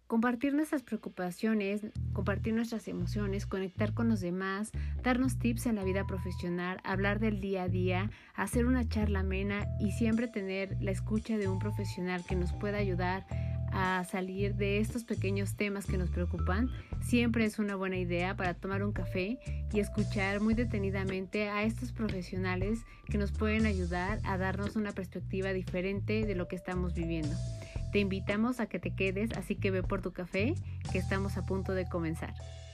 Compartir nuestras preocupaciones, compartir nuestras emociones, conectar con los demás, darnos tips en la vida profesional, hablar del día a día, hacer una charla amena y siempre tener la escucha de un profesional que nos pueda ayudar a salir de estos pequeños temas que nos preocupan, siempre es una buena idea para tomar un café y escuchar muy detenidamente a estos profesionales que nos pueden ayudar a darnos una perspectiva diferente de lo que estamos viviendo. Te invitamos a que te quedes, así que ve por tu café, que estamos a punto de comenzar.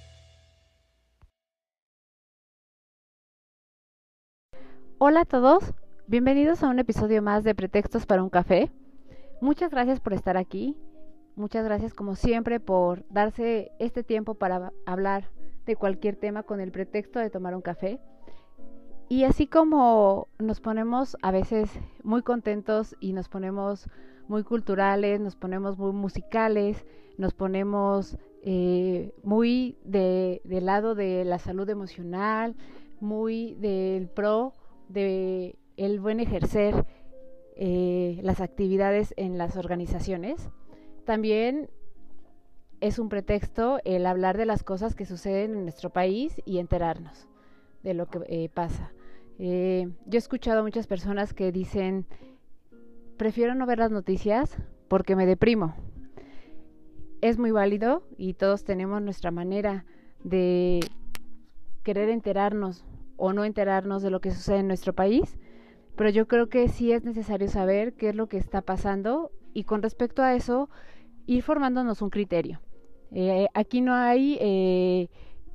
Hola a todos, bienvenidos a un episodio más de Pretextos para un café. Muchas gracias por estar aquí, muchas gracias como siempre por darse este tiempo para hablar de cualquier tema con el pretexto de tomar un café. Y así como nos ponemos a veces muy contentos y nos ponemos muy culturales, nos ponemos muy musicales, nos ponemos muy del lado de la salud emocional, muy del pro de el buen ejercer las actividades en las organizaciones. También es un pretexto el hablar de las cosas que suceden en nuestro país y enterarnos de lo que pasa. Yo he escuchado a muchas personas que dicen: prefiero no ver las noticias porque me deprimo. Es muy válido y todos tenemos nuestra manera de querer enterarnos o no enterarnos de lo que sucede en nuestro país, pero yo creo que sí es necesario saber qué es lo que está pasando y con respecto a eso ir formándonos un criterio. Aquí no hay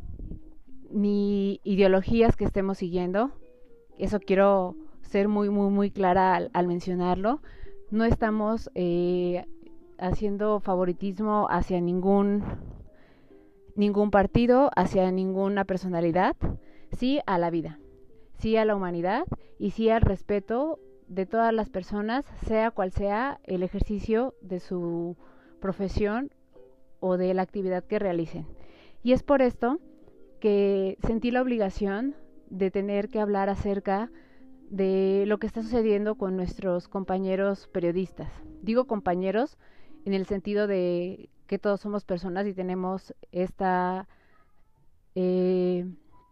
ni ideologías que estemos siguiendo, eso quiero ser muy clara al mencionarlo. No estamos haciendo favoritismo hacia ningún partido, hacia ninguna personalidad, sí a la vida, sí a la humanidad y sí al respeto de todas las personas, sea cual sea el ejercicio de su profesión o de la actividad que realicen. Y es por esto que sentí la obligación de tener que hablar acerca de lo que está sucediendo con nuestros compañeros periodistas. Digo compañeros en el sentido de que todos somos personas y tenemos esta se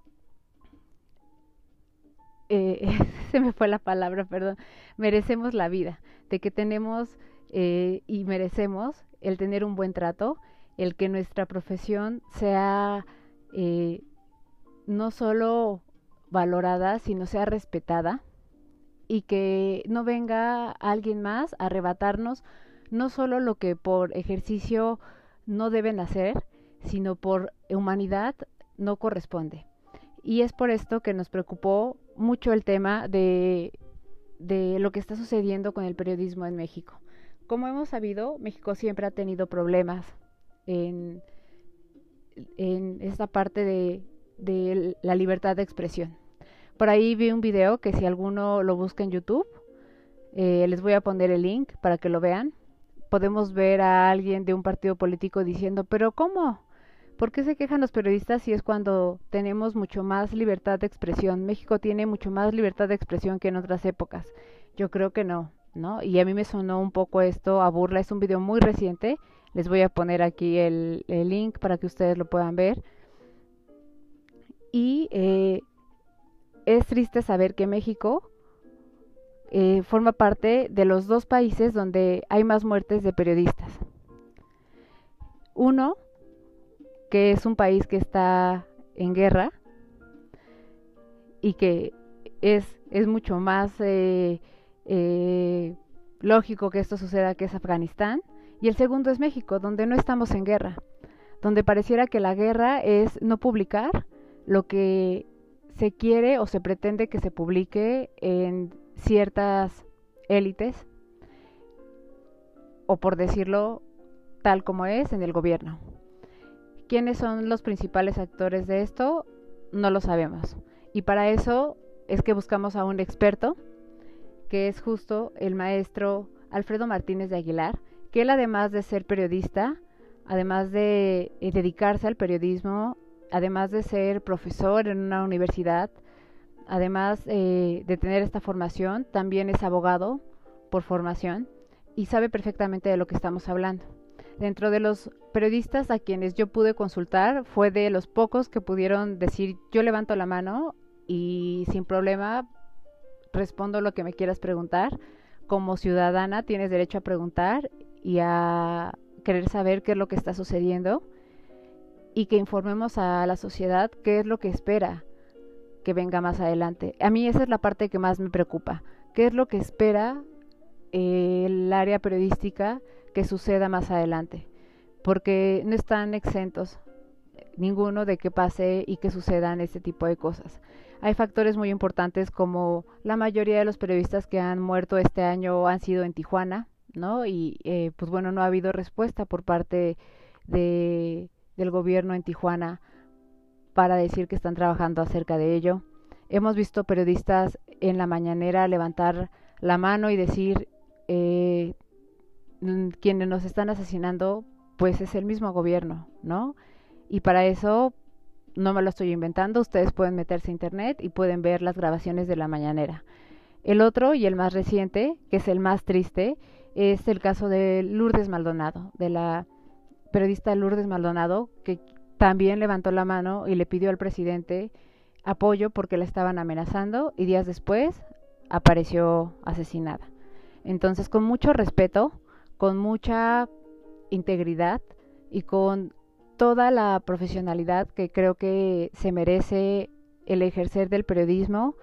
me fue la palabra, perdón, merecemos la vida, de que tenemos y merecemos el tener un buen trato, el que nuestra profesión sea no solo valorada, sino sea respetada y que no venga alguien más a arrebatarnos no solo lo que por ejercicio no deben hacer, sino por humanidad no corresponde. Y es por esto que nos preocupó mucho el tema de lo que está sucediendo con el periodismo en México. Como hemos sabido, México siempre ha tenido problemas en esta parte de la libertad de expresión. Por ahí vi un video que si alguno lo busca en YouTube, les voy a poner el link para que lo vean. Podemos ver a alguien de un partido político diciendo: pero ¿cómo? ¿Por qué se quejan los periodistas si es cuando tenemos mucho más libertad de expresión? México tiene mucho más libertad de expresión que en otras épocas. Yo creo que no, ¿no? Y a mí me sonó un poco esto a burla. Es un video muy reciente. Les voy a poner aquí el link para que ustedes lo puedan ver. Y es triste saber que México forma parte de los dos países donde hay más muertes de periodistas. Uno, que es un país que está en guerra y que es mucho más lógico que esto suceda, que es Afganistán. Y el segundo es México, donde no estamos en guerra, donde pareciera que la guerra es no publicar lo que se quiere o se pretende que se publique en ciertas élites, o por decirlo tal como es, en el gobierno. ¿Quiénes son los principales actores de esto? No lo sabemos. Y para eso es que buscamos a un experto, que es justo el maestro Alfredo Martínez de Aguilar, que él, además de ser periodista, además de dedicarse al periodismo, además de ser profesor en una universidad, además de tener esta formación, también es abogado por formación y sabe perfectamente de lo que estamos hablando. Dentro de los periodistas a quienes yo pude consultar, fue de los pocos que pudieron decir: yo levanto la mano y sin problema respondo lo que me quieras preguntar. Como ciudadana tienes derecho a preguntar y a querer saber qué es lo que está sucediendo, y que informemos a la sociedad qué es lo que espera que venga más adelante. A mí esa es la parte que más me preocupa. ¿Qué es lo que espera el área periodística que suceda más adelante? Porque no están exentos ninguno de que pase y que sucedan este tipo de cosas. Hay factores muy importantes, como la mayoría de los periodistas que han muerto este año han sido en Tijuana, ¿no? Y pues bueno, no ha habido respuesta por parte del gobierno en Tijuana para decir que están trabajando acerca de ello. Hemos visto periodistas en la mañanera levantar la mano y decir quienes nos están asesinando pues es el mismo gobierno, ¿no? Y para eso no me lo estoy inventando, ustedes pueden meterse a internet y pueden ver las grabaciones de la mañanera. El otro y el más reciente, que es el más triste, es el caso de Lourdes Maldonado, de la periodista Lourdes Maldonado, que también levantó la mano y le pidió al presidente apoyo porque la estaban amenazando, y días después apareció asesinada. Entonces, con mucho respeto, con mucha integridad y con toda la profesionalidad que creo que se merece el ejercer del periodismo,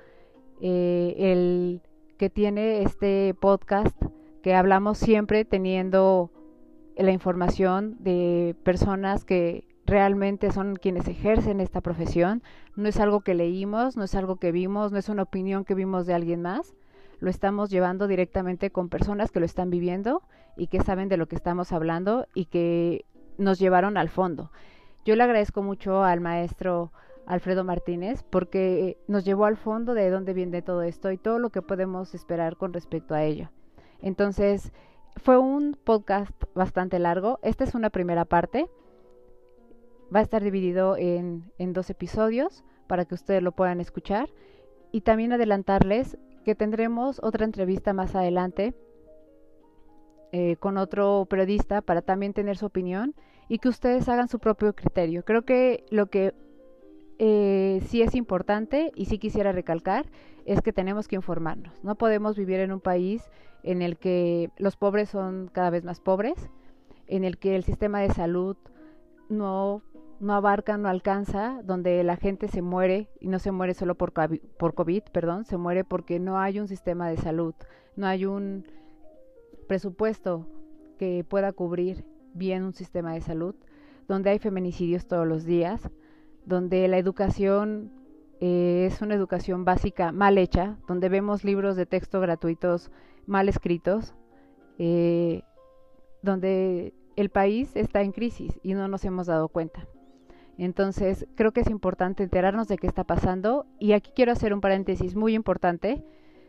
el que tiene este podcast, que hablamos siempre teniendo la información de personas que realmente son quienes ejercen esta profesión. No es algo que leímos, no es algo que vimos, no es una opinión que vimos de alguien más. Lo estamos llevando directamente con personas que lo están viviendo y que saben de lo que estamos hablando y que nos llevaron al fondo. Yo le agradezco mucho al maestro Alfredo Martínez porque nos llevó al fondo de dónde viene todo esto y todo lo que podemos esperar con respecto a ello. Entonces, fue un podcast bastante largo. Esta es una primera parte. Va a estar dividido en 2 episodios para que ustedes lo puedan escuchar. Y también adelantarles que tendremos otra entrevista más adelante con otro periodista para también tener su opinión y que ustedes hagan su propio criterio. Creo que lo que sí es importante y sí quisiera recalcar es que tenemos que informarnos. No podemos vivir en un país en el que los pobres son cada vez más pobres, en el que el sistema de salud no abarca, no alcanza, donde la gente se muere, y no se muere solo por COVID, se muere porque no hay un sistema de salud, no hay un presupuesto que pueda cubrir bien un sistema de salud, donde hay feminicidios todos los días, donde la educación es una educación básica mal hecha, donde vemos libros de texto gratuitos mal escritos, donde el país está en crisis y no nos hemos dado cuenta. Entonces, creo que es importante enterarnos de qué está pasando, y aquí quiero hacer un paréntesis muy importante,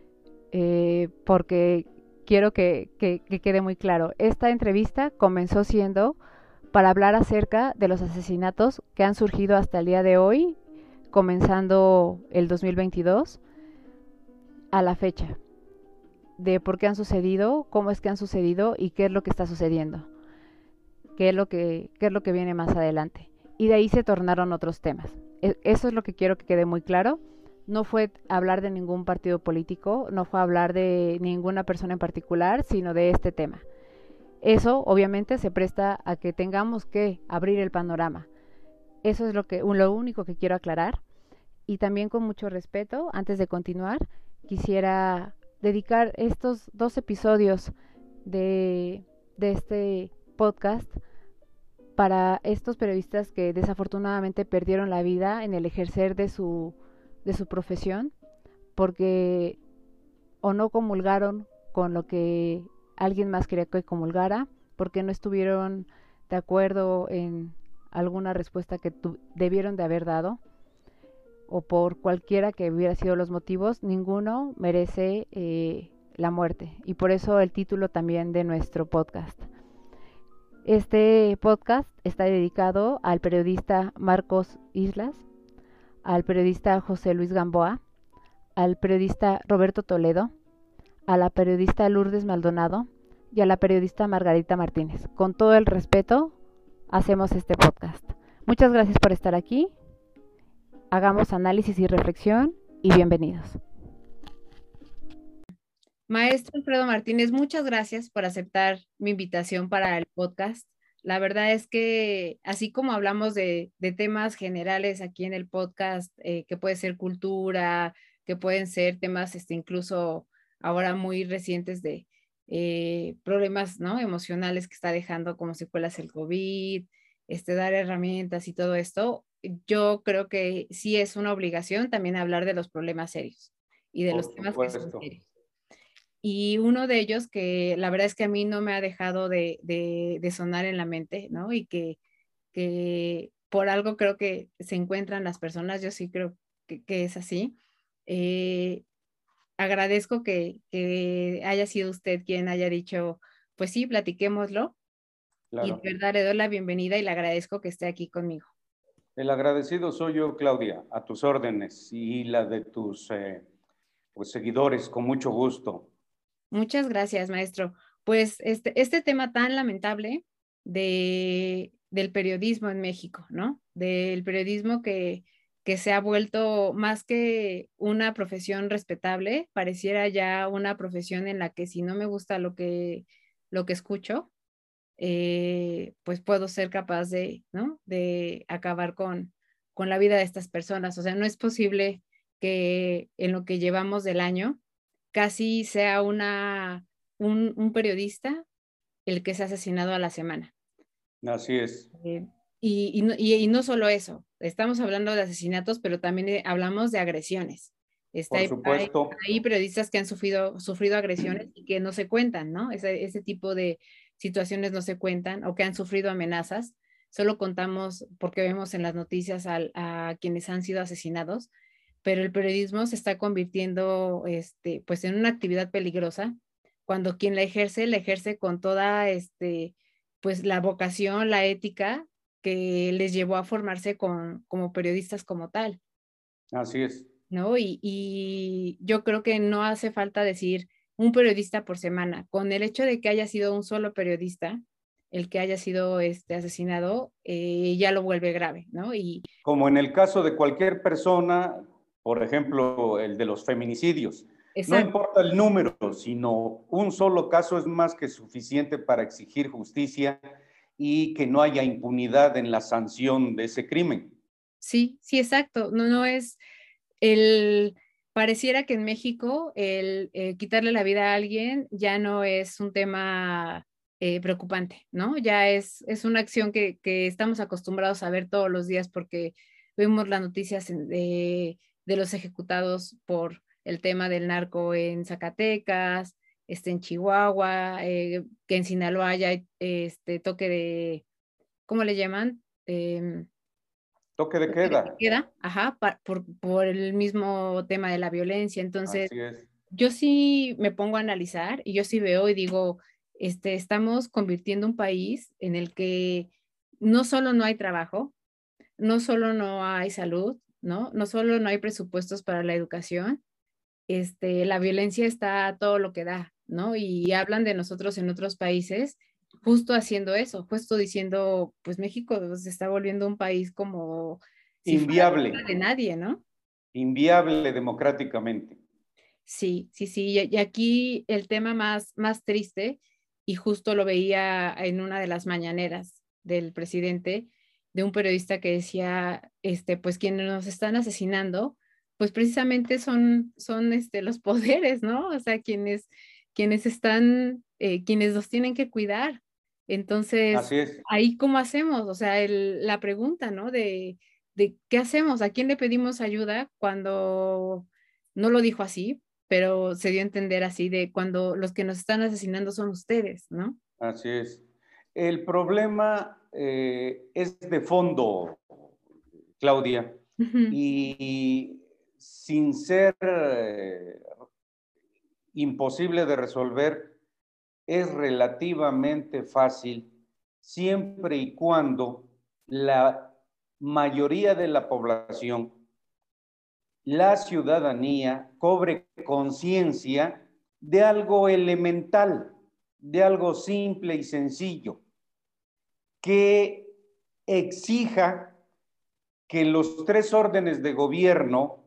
porque quiero que quede muy claro. Esta entrevista comenzó siendo para hablar acerca de los asesinatos que han surgido hasta el día de hoy, comenzando el 2022 a la fecha, de por qué han sucedido, cómo es que han sucedido y qué es lo que está sucediendo, qué es lo que viene más adelante. Y de ahí se tornaron otros temas. Eso es lo que quiero que quede muy claro. No fue hablar de ningún partido político, no fue hablar de ninguna persona en particular, sino de este tema. Eso obviamente se presta a que tengamos que abrir el panorama. Eso es lo único que quiero aclarar. Y también, con mucho respeto, antes de continuar, quisiera dedicar estos 2 episodios de este podcast para estos periodistas que desafortunadamente perdieron la vida en el ejercer de su profesión, porque o no comulgaron con lo que alguien más quería que comulgara, porque no estuvieron de acuerdo en alguna respuesta que debieron de haber dado, o por cualquiera que hubiera sido los motivos. Ninguno merece la muerte, y por eso el título también de nuestro podcast. Este podcast está dedicado al periodista Marcos Islas, al periodista José Luis Gamboa, al periodista Roberto Toledo, a la periodista Lourdes Maldonado y a la periodista Margarita Martínez. Con todo el respeto, hacemos este podcast. Muchas gracias por estar aquí. Hagamos análisis y reflexión y bienvenidos. Maestro Alfredo Martínez, muchas gracias por aceptar mi invitación para el podcast. La verdad es que así como hablamos de temas generales aquí en el podcast, que puede ser cultura, que pueden ser temas incluso ahora muy recientes de problemas, ¿no?, emocionales que está dejando como secuelas el COVID, dar herramientas y todo esto, yo creo que sí es una obligación también hablar de los problemas serios y de los temas que son serios. Y uno de ellos que la verdad es que a mí no me ha dejado de sonar en la mente, ¿no? Y que por algo creo que se encuentran las personas, yo sí creo que es así. Agradezco que haya sido usted quien haya dicho, pues sí, platiquémoslo. Claro. Y de verdad le doy la bienvenida y le agradezco que esté aquí conmigo. El agradecido soy yo, Claudia, a tus órdenes y la de tus pues, seguidores, con mucho gusto. Muchas gracias, maestro. Pues este tema tan lamentable del periodismo en México, ¿no? Del periodismo que se ha vuelto más que una profesión respetable, pareciera ya una profesión en la que si no me gusta lo que escucho, pues puedo ser capaz de, ¿no?, de acabar con la vida de estas personas. O sea, no es posible que en lo que llevamos del año casi sea un periodista el que se ha asesinado a la semana. Así es. Y no solo eso, estamos hablando de asesinatos, pero también hablamos de agresiones. Por supuesto. Hay periodistas que han sufrido agresiones y que no se cuentan, ¿no? Ese tipo de situaciones no se cuentan, o que han sufrido amenazas. Solo contamos porque vemos en las noticias a quienes han sido asesinados, pero el periodismo se está convirtiendo pues en una actividad peligrosa cuando quien la ejerce con toda pues la vocación, la ética que les llevó a formarse como periodistas como tal. Así es. ¿No? Y yo creo que no hace falta decir un periodista por semana. Con el hecho de que haya sido un solo periodista el que haya sido asesinado, ya lo vuelve grave, ¿no? Como en el caso de cualquier persona, por ejemplo, el de los feminicidios. Exacto. No importa el número, sino un solo caso es más que suficiente para exigir justicia y que no haya impunidad en la sanción de ese crimen. Sí, sí, exacto. No es pareciera que en México el quitarle la vida a alguien ya no es un tema preocupante, ¿no? Ya es una acción que estamos acostumbrados a ver todos los días porque vemos las noticias de los ejecutados por el tema del narco en Zacatecas, en Chihuahua, que en Sinaloa haya toque de, ¿cómo le llaman? Toque de queda. Ajá, por el mismo tema de la violencia. Entonces, así es. Yo sí me pongo a analizar y yo sí veo y digo, estamos convirtiendo un país en el que no solo no hay trabajo, no solo no hay salud, ¿no? No solo no hay presupuestos para la educación, la violencia está a todo lo que da, ¿no? Y hablan de nosotros en otros países justo haciendo eso, justo diciendo, pues México se está volviendo un país como si inviable. Fuera de nadie, ¿no? Inviable democráticamente. Sí. Y aquí el tema más triste, y justo lo veía en una de las mañaneras del presidente, de un periodista que decía, pues quienes nos están asesinando, pues precisamente son los poderes, ¿no? O sea, quienes están, quienes los tienen que cuidar. Entonces, así es. Ahí cómo hacemos, o sea, la pregunta, ¿no? De qué hacemos, a quién le pedimos ayuda cuando no lo dijo así, pero se dio a entender así de cuando los que nos están asesinando son ustedes, ¿no? Así es. El problema es de fondo, Claudia, y sin ser imposible de resolver, es relativamente fácil siempre y cuando la mayoría de la población, la ciudadanía, cobre conciencia de algo elemental, de algo simple y sencillo, que exija que los tres órdenes de gobierno,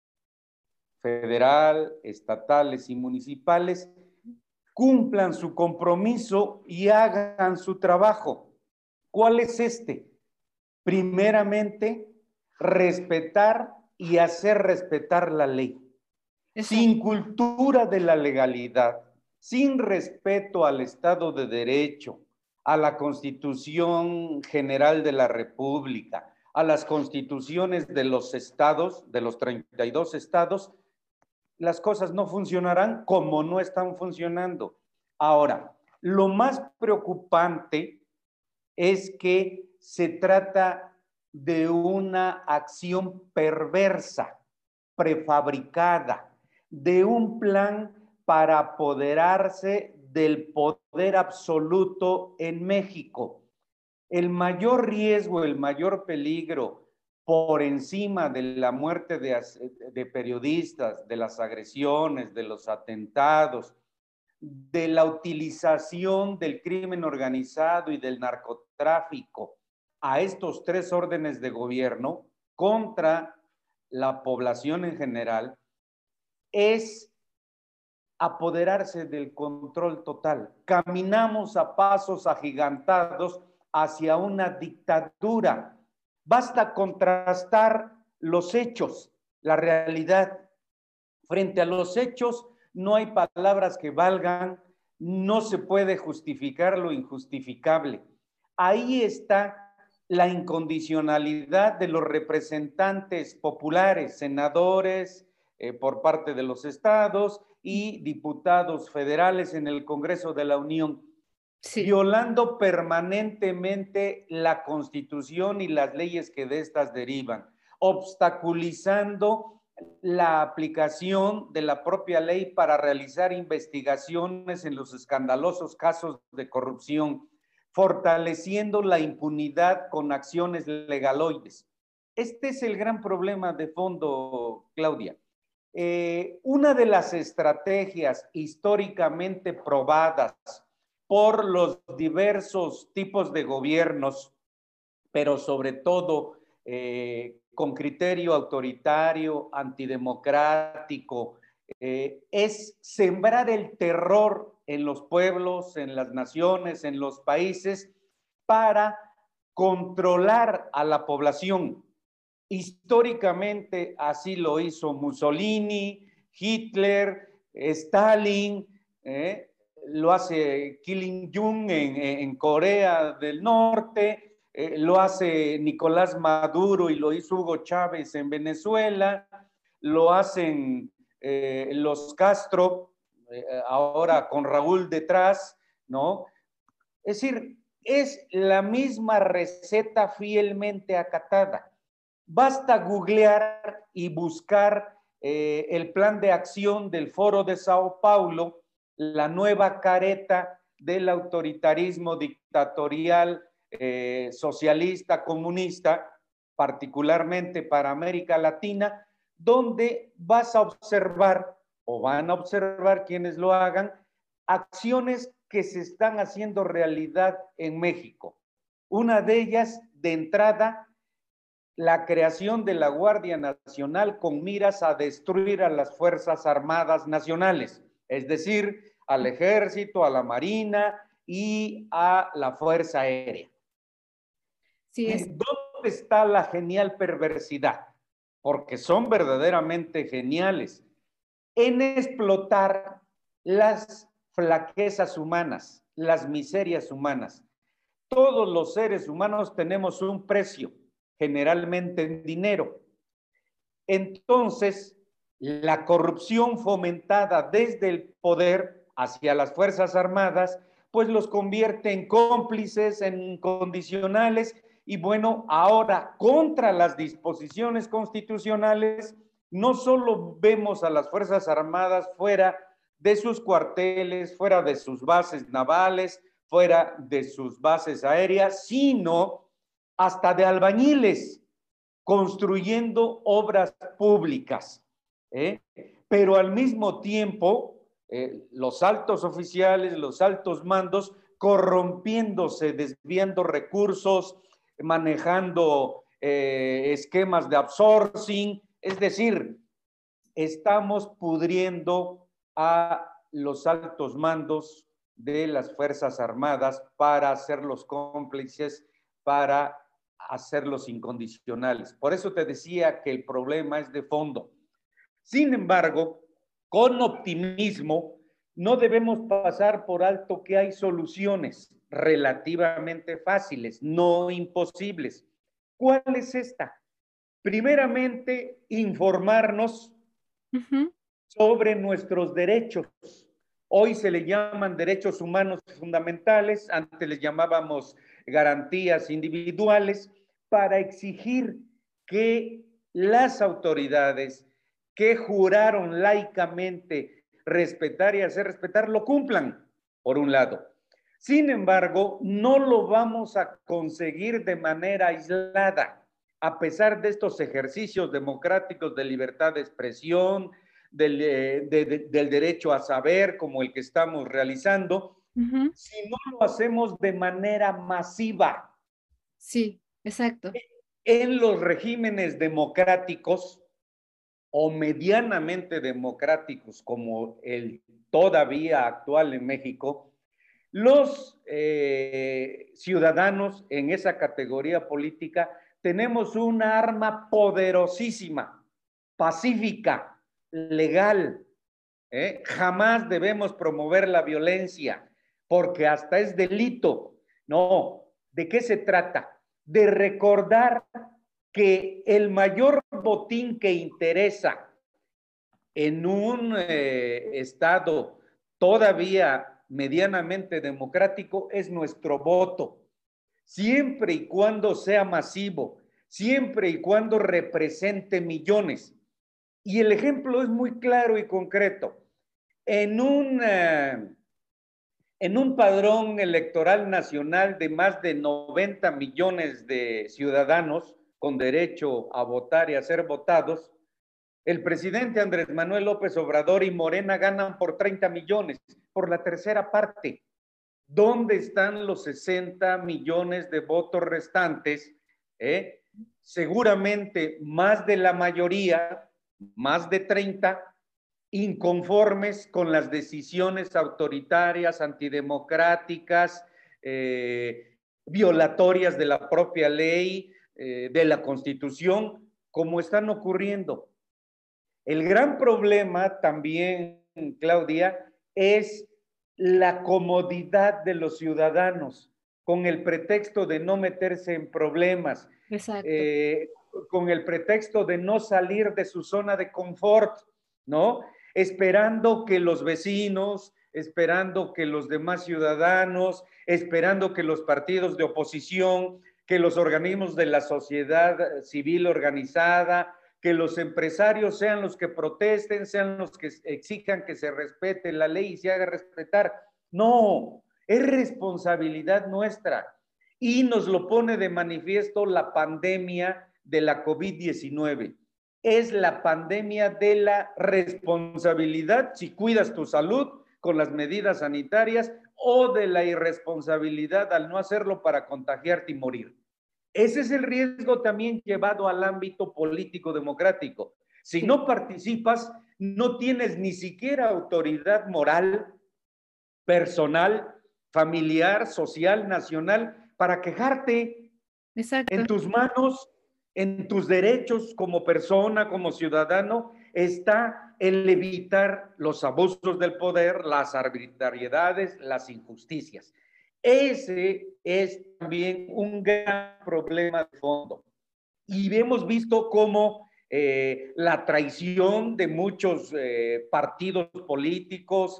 federal, estatales y municipales, cumplan su compromiso y hagan su trabajo. ¿Cuál es este? Primeramente, respetar y hacer respetar la ley. Sin cultura de la legalidad, sin respeto al Estado de Derecho, a la Constitución General de la República, a las constituciones de los estados, de los 32 estados, las cosas no funcionarán como no están funcionando. Ahora, lo más preocupante es que se trata de una acción perversa, prefabricada, de un plan para apoderarse del poder absoluto en México. El mayor riesgo, el mayor peligro, por encima de la muerte de periodistas, de las agresiones, de los atentados, de la utilización del crimen organizado y del narcotráfico a estos tres órdenes de gobierno contra la población en general, es apoderarse del control total. Caminamos a pasos agigantados hacia una dictadura. Basta contrastar los hechos, la realidad. Frente a los hechos no hay palabras que valgan, no se puede justificar lo injustificable. Ahí está la incondicionalidad de los representantes populares, senadores por parte de los estados y diputados federales en el Congreso de la Unión, sí, violando permanentemente la Constitución y las leyes que de estas derivan, obstaculizando la aplicación de la propia ley para realizar investigaciones en los escandalosos casos de corrupción, fortaleciendo la impunidad con acciones legaloides. Este es el gran problema de fondo, Claudia. Una de las estrategias históricamente probadas por los diversos tipos de gobiernos, pero sobre todo con criterio autoritario, antidemocrático, es sembrar el terror en los pueblos, en las naciones, en los países, para controlar a la población. Históricamente así lo hizo Mussolini, Hitler, Stalin, lo hace Kim Jong-un en Corea del Norte, lo hace Nicolás Maduro y lo hizo Hugo Chávez en Venezuela, lo hacen los Castro, ahora con Raúl detrás, ¿no? Es decir, es la misma receta fielmente acatada. Basta googlear y buscar el plan de acción del Foro de Sao Paulo, la nueva careta del autoritarismo dictatorial socialista, comunista, particularmente para América Latina, donde vas a observar, o van a observar quienes lo hagan, acciones que se están haciendo realidad en México. Una de ellas, de entrada, la creación de la Guardia Nacional con miras a destruir a las Fuerzas Armadas Nacionales, es decir, al Ejército, a la Marina y a la Fuerza Aérea. Sí, ¿dónde está la genial perversidad? Porque son verdaderamente geniales en explotar las flaquezas humanas, las miserias humanas. Todos los seres humanos tenemos un precio, generalmente en dinero. Entonces, la corrupción fomentada desde el poder hacia las Fuerzas Armadas, pues los convierte en cómplices, en incondicionales, y bueno, ahora contra las disposiciones constitucionales, no solo vemos a las Fuerzas Armadas fuera de sus cuarteles, fuera de sus bases navales, fuera de sus bases aéreas, sino hasta de albañiles, construyendo obras públicas, pero al mismo tiempo los altos oficiales, los altos mandos, corrompiéndose, desviando recursos, manejando esquemas de outsourcing, es decir, estamos pudriendo a los altos mandos de las Fuerzas Armadas para hacerlos cómplices, para hacerlos incondicionales. Por eso te decía que el problema es de fondo. Sin embargo, con optimismo, no debemos pasar por alto que hay soluciones relativamente fáciles, no imposibles. ¿Cuál es esta? Primeramente, informarnos sobre nuestros derechos. Hoy se le llaman derechos humanos fundamentales, antes les llamábamos garantías individuales, para exigir que las autoridades que juraron laicamente respetar y hacer respetar lo cumplan, por un lado. Sin embargo, no lo vamos a conseguir de manera aislada, a pesar de estos ejercicios democráticos de libertad de expresión, del derecho a saber, como el que estamos realizando, si no lo hacemos de manera masiva. Sí, exacto. En los regímenes democráticos o medianamente democráticos, como el todavía actual en México, los ciudadanos en esa categoría política tenemos una arma poderosísima, pacífica, legal. Jamás debemos promover la violencia, porque hasta es delito. No, ¿de qué se trata? De recordar que el mayor botín que interesa en un estado todavía medianamente democrático es nuestro voto, siempre y cuando sea masivo, siempre y cuando represente millones. Y el ejemplo es muy claro y concreto. En un padrón electoral nacional de más de 90 millones de ciudadanos con derecho a votar y a ser votados, el presidente Andrés Manuel López Obrador y Morena ganan por 30 millones, por la tercera parte. ¿Dónde están los 60 millones de votos restantes? Seguramente más de la mayoría, más de 30, inconformes con las decisiones autoritarias, antidemocráticas, violatorias de la propia ley, de la Constitución, como están ocurriendo. El gran problema también, Claudia, es la comodidad de los ciudadanos, con el pretexto de no meterse en problemas, con el pretexto de no salir de su zona de confort, ¿no? Esperando que los vecinos, esperando que los demás ciudadanos, esperando que los partidos de oposición, que los organismos de la sociedad civil organizada, que los empresarios sean los que protesten, sean los que exijan que se respete la ley y se haga respetar. No, es responsabilidad nuestra. Y nos lo pone de manifiesto la pandemia de la COVID-19. Es la pandemia de la responsabilidad, si cuidas tu salud con las medidas sanitarias, o de la irresponsabilidad al no hacerlo para contagiarte y morir. Ese es el riesgo también llevado al ámbito político democrático. Si no participas, no tienes ni siquiera autoridad moral, personal, familiar, social, nacional, para quejarte. Exacto. En tus manos, en tus derechos como persona, como ciudadano, está el evitar los abusos del poder, las arbitrariedades, las injusticias. Ese es también un gran problema de fondo. Y hemos visto cómo la traición de muchos partidos políticos,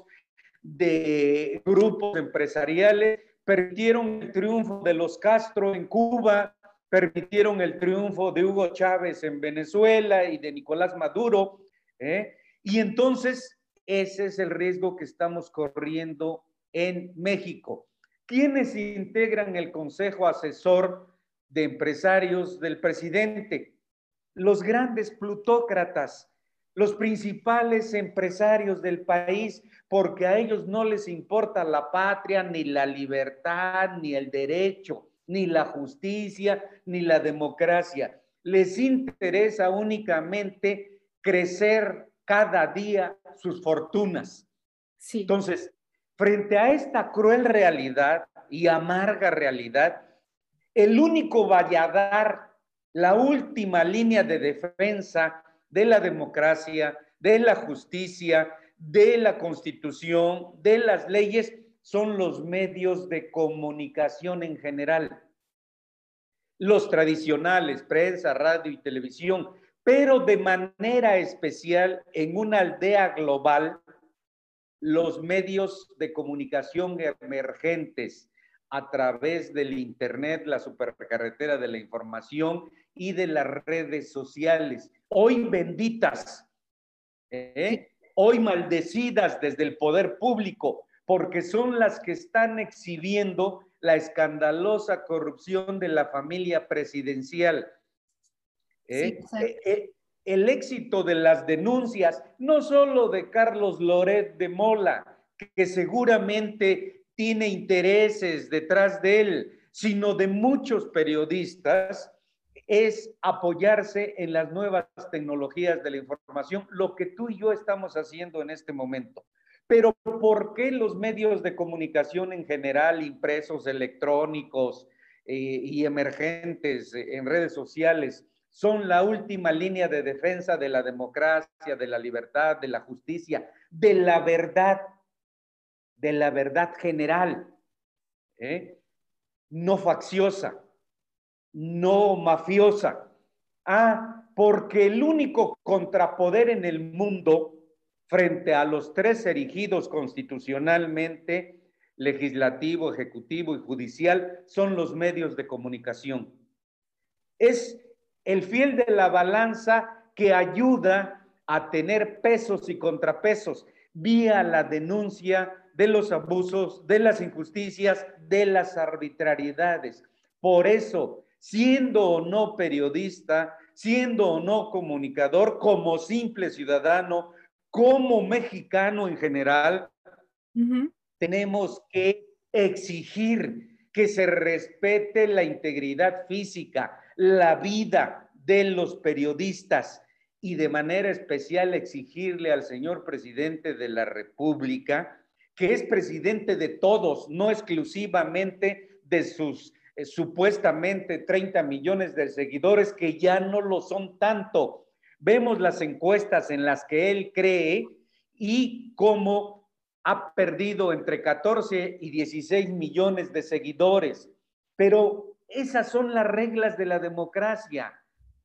de grupos empresariales, permitieron el triunfo de los Castro en Cuba, permitieron el triunfo de Hugo Chávez en Venezuela y de Nicolás Maduro. Y entonces ese es el riesgo que estamos corriendo en México. ¿Quiénes integran el Consejo Asesor de Empresarios del presidente? Los grandes plutócratas, los principales empresarios del país, porque a ellos no les importa la patria, ni la libertad, ni el derecho, ni la justicia, ni la democracia. Les interesa únicamente crecer cada día sus fortunas. Sí. Entonces, frente a esta cruel realidad y amarga realidad, el único valladar, la última línea de defensa de la democracia, de la justicia, de la Constitución, de las leyes, son los medios de comunicación en general. Los tradicionales, prensa, radio y televisión, pero de manera especial en una aldea global, los medios de comunicación emergentes a través del Internet, la supercarretera de la información y de las redes sociales, hoy benditas, hoy maldecidas desde el poder público, porque son las que están exhibiendo la escandalosa corrupción de la familia presidencial. Sí, el éxito de las denuncias, no solo de Carlos Loret de Mola, que seguramente tiene intereses detrás de él, sino de muchos periodistas, es apoyarse en las nuevas tecnologías de la información, lo que tú y yo estamos haciendo en este momento. Pero ¿por qué los medios de comunicación en general, impresos, electrónicos y emergentes en redes sociales, son la última línea de defensa de la democracia, de la libertad, de la justicia, de la verdad general, no facciosa, no mafiosa? Porque el único contrapoder en el mundo frente a los tres erigidos constitucionalmente, legislativo, ejecutivo y judicial, son los medios de comunicación. Es el fiel de la balanza que ayuda a tener pesos y contrapesos vía la denuncia de los abusos, de las injusticias, de las arbitrariedades. Por eso, siendo o no periodista, siendo o no comunicador, como simple ciudadano, como mexicano en general, tenemos que exigir que se respete la integridad física, la vida de los periodistas y de manera especial exigirle al señor presidente de la República, que es presidente de todos, no exclusivamente de sus supuestamente 30 millones de seguidores, que ya no lo son tanto. Vemos las encuestas en las que él cree y cómo ha perdido entre 14 y 16 millones de seguidores. Pero esas son las reglas de la democracia.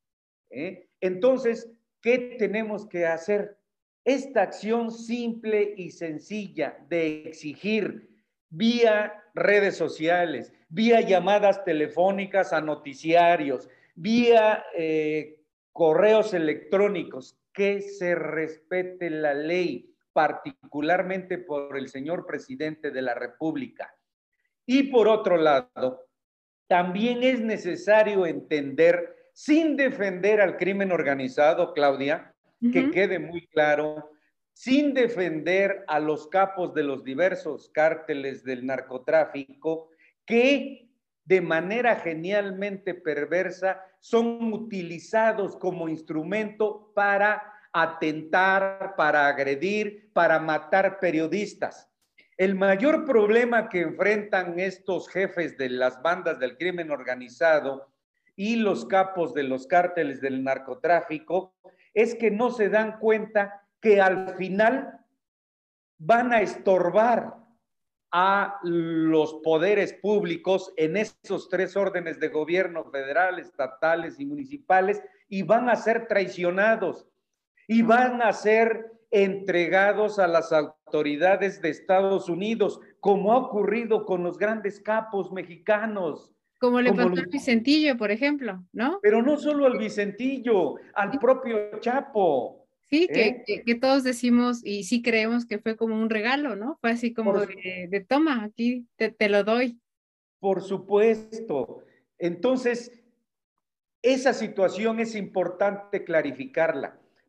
Entonces, ¿qué tenemos que hacer? Esta acción simple y sencilla de exigir vía redes sociales, vía llamadas telefónicas a noticiarios, vía correos electrónicos, que se respete la ley, particularmente por el señor presidente de la República. Y por otro lado, también es necesario entender, sin defender al crimen organizado, Claudia, que quede muy claro, sin defender a los capos de los diversos cárteles del narcotráfico, que de manera genialmente perversa son utilizados como instrumento para atentar, para agredir, para matar periodistas. El mayor problema que enfrentan estos jefes de las bandas del crimen organizado y los capos de los cárteles del narcotráfico es que no se dan cuenta que al final van a estorbar a los poderes públicos en esos tres órdenes de gobierno, federal, estatales y municipales, y van a ser traicionados y van a ser entregados a las autoridades de Estados Unidos, como ha ocurrido con los grandes capos mexicanos. Como le pasó al Vicentillo, por ejemplo, ¿no? Pero no solo al Vicentillo, al propio Chapo. Sí, que todos decimos y sí creemos que fue como un regalo, ¿no? Fue así como de toma, aquí te lo doy. Por supuesto. Entonces, esa situación es importante clarificarla,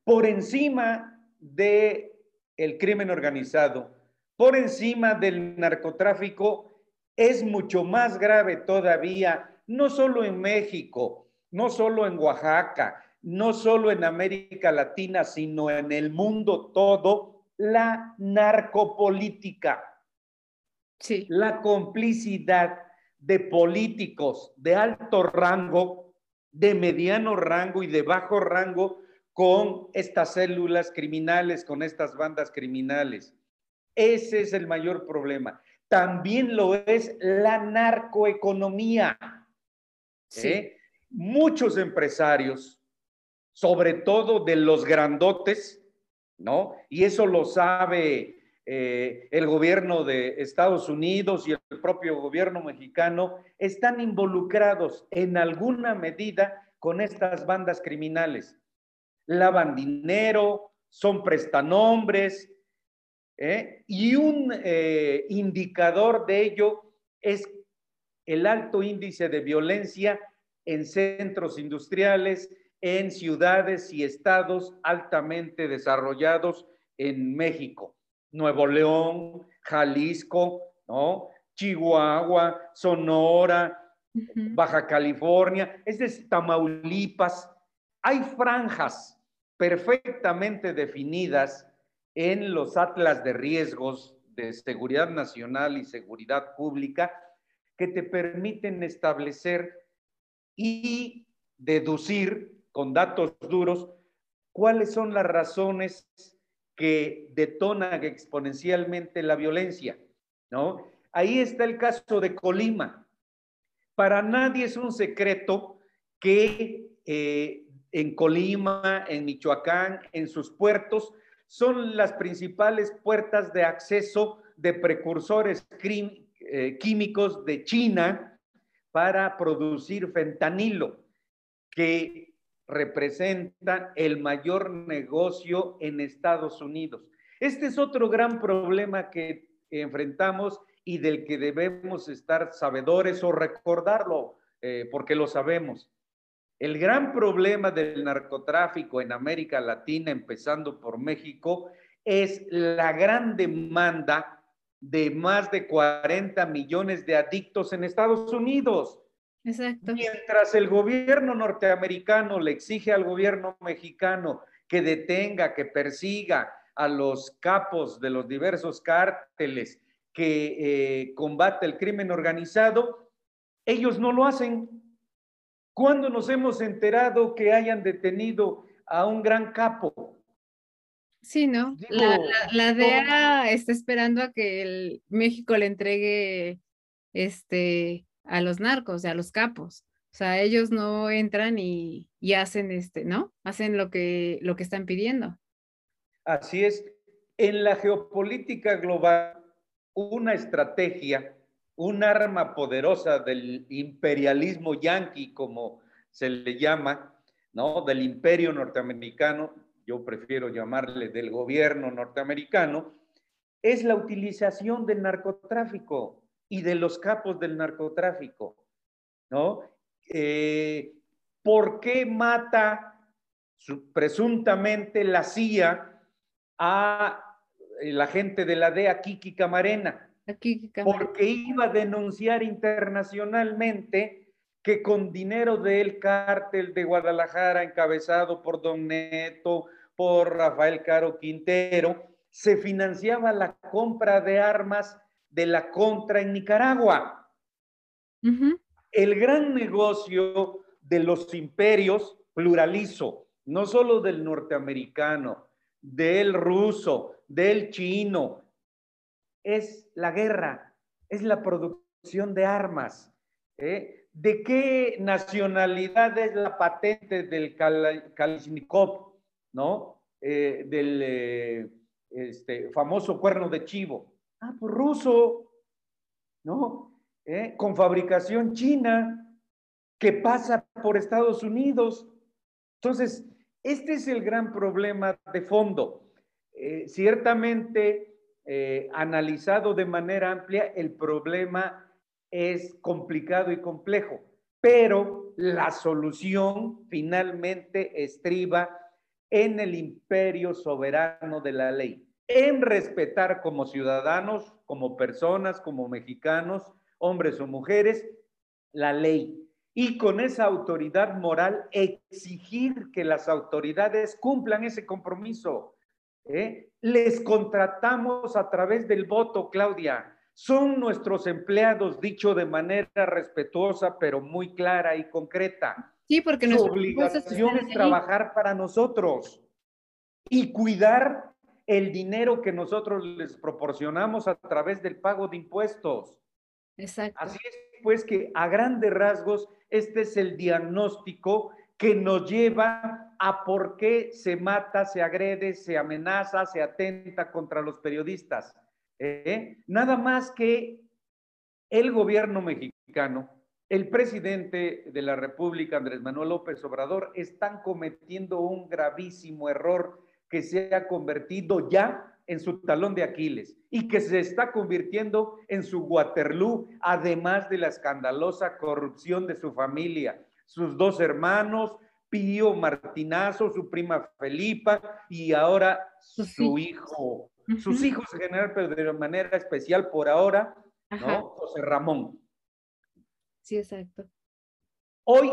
por encima del crimen organizado, por encima del narcotráfico, es mucho más grave todavía, no solo en México, no solo en Oaxaca, no solo en América Latina, sino en el mundo todo, la narcopolítica. Sí. La complicidad de políticos de alto rango, de mediano rango y de bajo rango con estas células criminales, con estas bandas criminales. Ese es el mayor problema. También lo es la narcoeconomía. Sí. Muchos empresarios, sobre todo de los grandotes, ¿no? Y eso lo sabe el gobierno de Estados Unidos y el propio gobierno mexicano, están involucrados en alguna medida con estas bandas criminales. Lavan dinero, son prestanombres, y un indicador de ello es el alto índice de violencia en centros industriales, en ciudades y estados altamente desarrollados en México. Nuevo León, Jalisco, ¿no? Chihuahua, Sonora, Baja California, es decir, Tamaulipas. Hay franjas perfectamente definidas en los atlas de riesgos de seguridad nacional y seguridad pública que te permiten establecer y deducir con datos duros cuáles son las razones que detonan exponencialmente la violencia, ¿no? Ahí está el caso de Colima. Para nadie es un secreto que en Colima, en Michoacán, en sus puertos, son las principales puertas de acceso de precursores químicos de China para producir fentanilo, que representa el mayor negocio en Estados Unidos. Este es otro gran problema que enfrentamos y del que debemos estar sabedores o recordarlo, porque lo sabemos. El gran problema del narcotráfico en América Latina, empezando por México, es la gran demanda de más de 40 millones de adictos en Estados Unidos. Exacto. Mientras el gobierno norteamericano le exige al gobierno mexicano que detenga, que persiga a los capos de los diversos cárteles, que combate el crimen organizado, ellos no lo hacen. ¿Cuándo nos hemos enterado que hayan detenido a un gran capo? Sí, ¿no? Digo, La no, DEA está esperando a que México le entregue a los narcos, a los capos. O sea, ellos no entran y hacen ¿no? Hacen lo que están pidiendo. así es. En la geopolítica global, una estrategia, un arma poderosa del imperialismo yanqui, como se le llama, ¿no? Del imperio norteamericano, yo prefiero llamarle del gobierno norteamericano, es la utilización del narcotráfico y de los capos del narcotráfico, ¿no? ¿Por qué mata presuntamente la CIA a la gente de la DEA, Kiki Camarena? Aquí, cámara. Porque iba a denunciar internacionalmente que con dinero del cártel de Guadalajara, encabezado por Don Neto, por Rafael Caro Quintero, se financiaba la compra de armas de la contra en Nicaragua. Uh-huh. El gran negocio de los imperios, pluralizo, no solo del norteamericano, del ruso, del chino, es la guerra, es la producción de armas. ¿De qué nacionalidad es la patente del Kalashnikov, ¿no? Del famoso cuerno de chivo. Ah, pues ruso, ¿no? Con fabricación china, que pasa por Estados Unidos. Entonces, este es el gran problema de fondo. Ciertamente, analizado de manera amplia, el problema es complicado y complejo, pero la solución finalmente estriba en el imperio soberano de la ley, en respetar como ciudadanos, como personas, como mexicanos, hombres o mujeres, la ley. Y con esa autoridad moral exigir que las autoridades cumplan ese compromiso. Les contratamos a través del voto, Claudia. Son nuestros empleados, dicho de manera respetuosa, pero muy clara y concreta. Sí, porque su nuestros impuestos obligación están es ahí. trabajar para nosotros y cuidar el dinero que nosotros les proporcionamos a través del pago de impuestos. Exacto. Así es, pues, que a grandes rasgos este es el diagnóstico que nos lleva a por qué se mata, se agrede, se amenaza, se atenta contra los periodistas. Nada más que el gobierno mexicano, el presidente de la República, Andrés Manuel López Obrador, están cometiendo un gravísimo error que se ha convertido ya en su talón de Aquiles y que se está convirtiendo en su Waterloo, además de la escandalosa corrupción de su familia, sus dos hermanos, Pío Martinazo, su prima Felipa y ahora su hijo, sus hijos en general, pero de manera especial por ahora, ¿no? José Ramón. Sí, exacto. Hoy,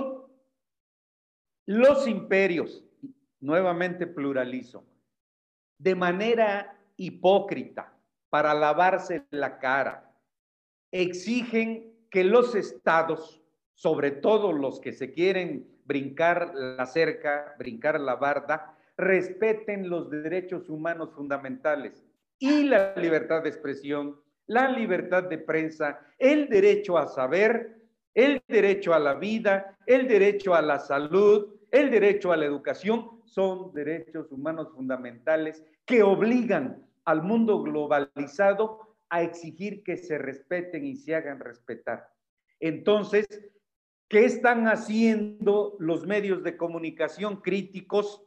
los imperios, nuevamente pluralizo, de manera hipócrita, para lavarse la cara, exigen que los estados, sobre todo los que se quieren brincar la cerca, brincar la barda, respeten los derechos humanos fundamentales y la libertad de expresión, la libertad de prensa, el derecho a saber, el derecho a la vida, el derecho a la salud, el derecho a la educación, son derechos humanos fundamentales que obligan al mundo globalizado a exigir que se respeten y se hagan respetar. Entonces, ¿qué están haciendo los medios de comunicación críticos?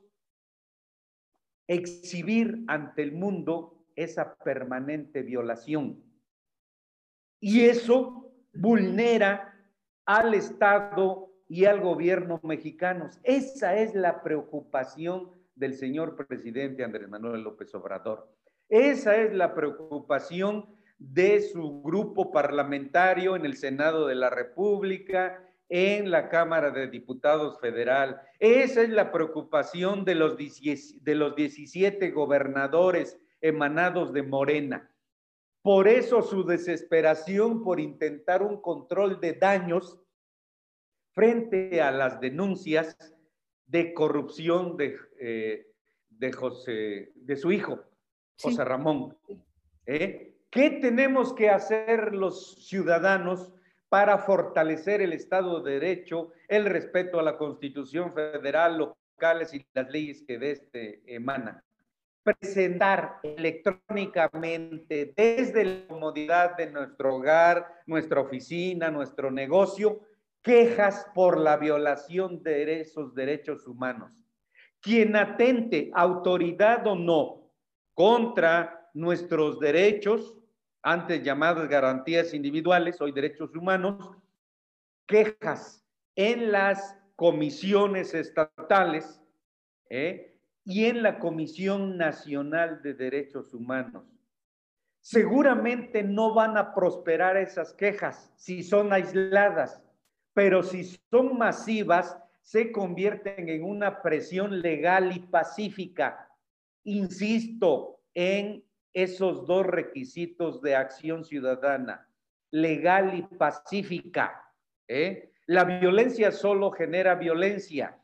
Exhibir ante el mundo esa permanente violación. Y eso vulnera al Estado y al gobierno mexicanos. Esa es la preocupación del señor presidente Andrés Manuel López Obrador. Esa es la preocupación de su grupo parlamentario en el Senado de la República, en la Cámara de Diputados Federal. Esa es la preocupación de los 17 gobernadores emanados de Morena. Por eso su desesperación por intentar un control de daños frente a las denuncias de corrupción de su hijo, José Ramón. ¿Qué tenemos que hacer los ciudadanos para fortalecer el Estado de Derecho, el respeto a la Constitución Federal, locales y las leyes que de este emanan? Presentar electrónicamente desde la comodidad de nuestro hogar, nuestra oficina, nuestro negocio, quejas por la violación de esos derechos humanos. Quien atente, autoridad o no, contra nuestros derechos, antes llamadas garantías individuales, hoy derechos humanos, quejas en las comisiones estatales, y en la Comisión Nacional de Derechos Humanos. Seguramente no van a prosperar esas quejas si son aisladas, pero si son masivas, se convierten en una presión legal y pacífica. Insisto en esos dos requisitos de acción ciudadana, legal y pacífica. La violencia solo genera violencia.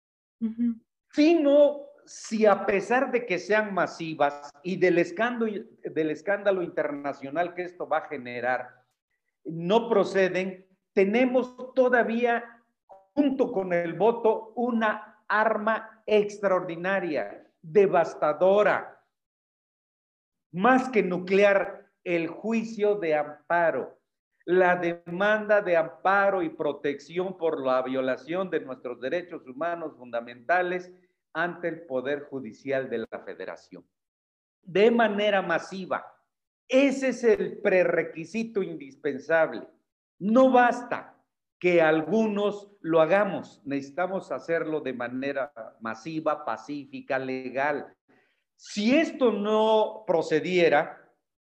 Si a pesar de que sean masivas y del escándalo internacional que esto va a generar, no proceden, tenemos todavía, junto con el voto, una arma extraordinaria, devastadora, más que nuclear, el juicio de amparo, la demanda de amparo y protección por la violación de nuestros derechos humanos fundamentales ante el Poder Judicial de la Federación. De manera masiva. Ese es el prerequisito indispensable. No basta que algunos lo hagamos. Necesitamos hacerlo de manera masiva, pacífica, legal. Si esto no procediera,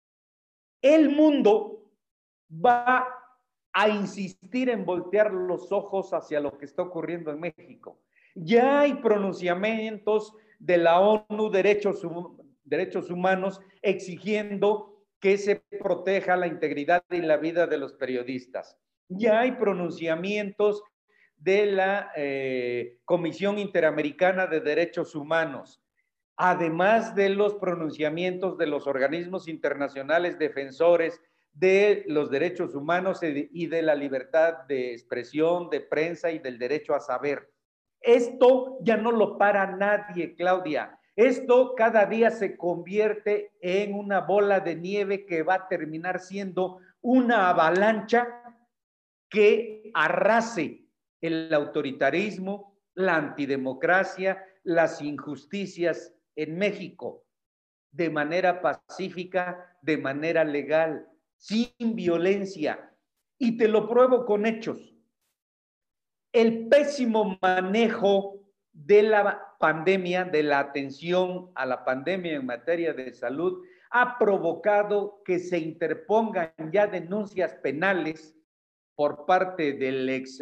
el mundo va a insistir en voltear los ojos hacia lo que está ocurriendo en México. Ya hay pronunciamientos de la ONU Derechos Humanos exigiendo que se proteja la integridad y la vida de los periodistas. Ya hay pronunciamientos de la Comisión Interamericana de Derechos Humanos, además de los pronunciamientos de los organismos internacionales defensores de los derechos humanos y de la libertad de expresión, de prensa y del derecho a saber. Esto ya no lo para nadie, Claudia. Esto cada día se convierte en una bola de nieve que va a terminar siendo una avalancha que arrase el autoritarismo, la antidemocracia, las injusticias en México, de manera pacífica, de manera legal, sin violencia. Y te lo pruebo con hechos. El pésimo manejo de la pandemia, de la atención a la pandemia en materia de salud, ha provocado que se interpongan ya denuncias penales por parte del ex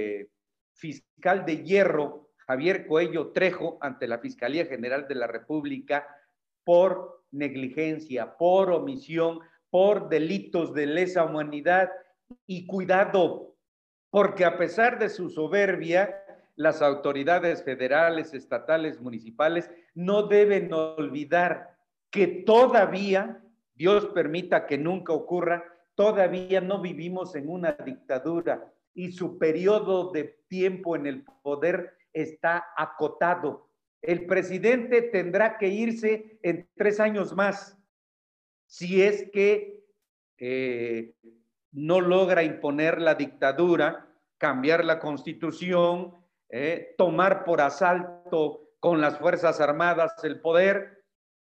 fiscal de hierro, Javier Coello Trejo, ante la Fiscalía General de la República por negligencia, por omisión, por delitos de lesa humanidad. Y cuidado, porque a pesar de su soberbia, las autoridades federales, estatales, municipales no deben olvidar que todavía, Dios permita que nunca ocurra, todavía no vivimos en una dictadura y su periodo de tiempo en el poder está acotado. El presidente tendrá que irse en 3 años más si es que no logra imponer la dictadura, cambiar la constitución, tomar por asalto con las Fuerzas Armadas el poder.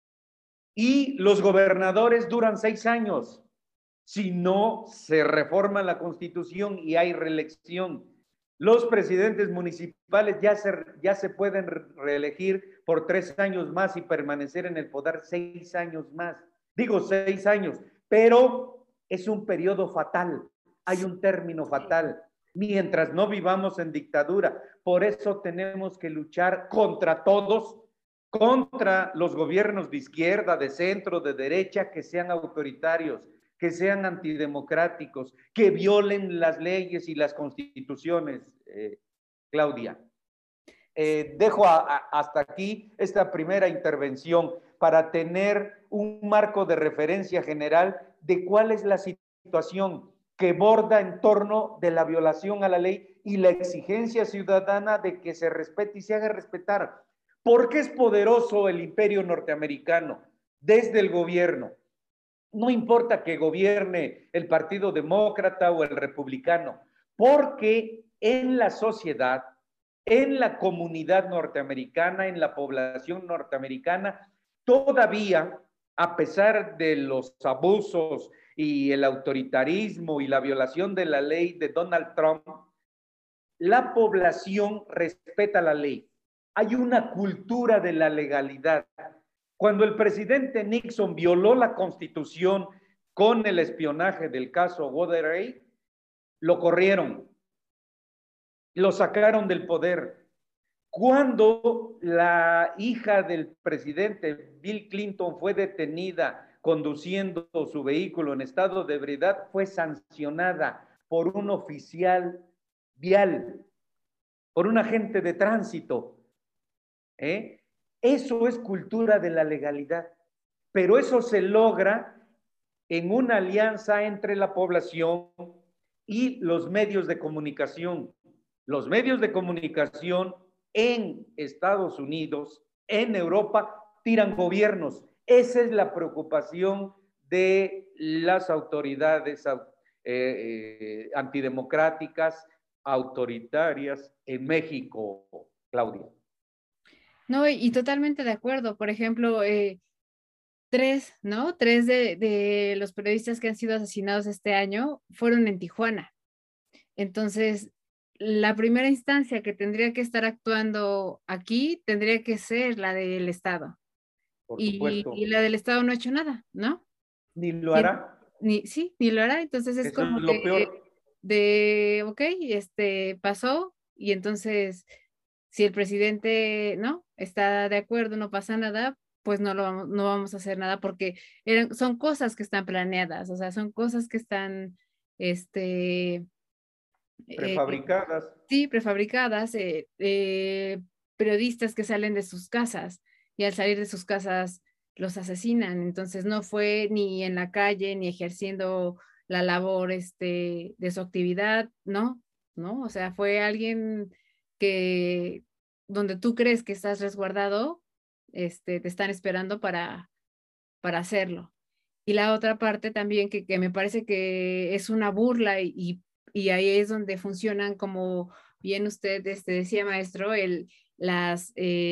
Y los gobernadores duran 6 años. Si no se reforma la constitución y hay reelección. Los presidentes municipales ya se pueden reelegir por 3 años más y permanecer en el poder 6 años más. Digo 6 años, pero es un periodo fatal. Hay un término fatal. Mientras no vivamos en dictadura. Por eso tenemos que luchar contra todos, contra los gobiernos de izquierda, de centro, de derecha, que sean autoritarios, que sean antidemocráticos, que violen las leyes y las constituciones, Claudia. Dejo hasta aquí esta primera intervención para tener un marco de referencia general de cuál es la situación que borda en torno de la violación a la ley y la exigencia ciudadana de que se respete y se haga respetar. ¿Por qué es poderoso el imperio norteamericano? Desde el gobierno. No importa que gobierne el Partido Demócrata o el Republicano, porque en la sociedad, en la comunidad norteamericana, en la población norteamericana, todavía, a pesar de los abusos y el autoritarismo y la violación de la ley de Donald Trump, la población respeta la ley. Hay una cultura de la legalidad. Cuando el presidente Nixon violó la Constitución con el espionaje del caso Watergate, lo corrieron, lo sacaron del poder. Cuando la hija del presidente Bill Clinton fue detenida conduciendo su vehículo en estado de ebriedad, fue sancionada por un oficial vial, por un agente de tránsito. Eso es cultura de la legalidad, pero eso se logra en una alianza entre la población y los medios de comunicación. Los medios de comunicación en Estados Unidos, en Europa, tiran gobiernos. Esa es la preocupación de las autoridades antidemocráticas, autoritarias en México, Claudia. No, y totalmente de acuerdo. Por ejemplo, 3, ¿no? 3 de los periodistas que han sido asesinados este año fueron en Tijuana. Entonces, la primera instancia que tendría que estar actuando aquí tendría que ser la del Estado. Por Y supuesto. la del Estado no ha hecho nada, ¿no? Ni lo Y hará. sí, ni lo hará. Entonces es Eso es como lo peor. ok, pasó, y entonces, si el presidente, ¿no? Está de acuerdo, no pasa nada, pues no vamos a hacer nada porque son cosas que están planeadas, o sea, son cosas que están, este, eh, Prefabricadas. sí, prefabricadas, periodistas que salen de sus casas y al salir de sus casas los asesinan. Entonces no fue ni en la calle ni ejerciendo la labor de su actividad, ¿no? ¿No? O sea, fue alguien que donde tú crees que estás resguardado, te están esperando para hacerlo. Y la otra parte también que me parece que es una burla y ahí es donde funcionan, como bien usted decía, maestro, las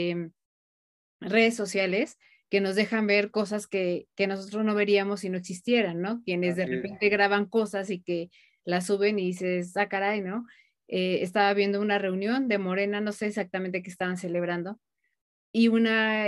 redes sociales que nos dejan ver cosas que nosotros no veríamos si no existieran, ¿no? Quienes de Así es. repente graban cosas y que las suben y dices, ah, caray, ¿no? Estaba viendo una reunión de Morena, no sé exactamente qué estaban celebrando, y una,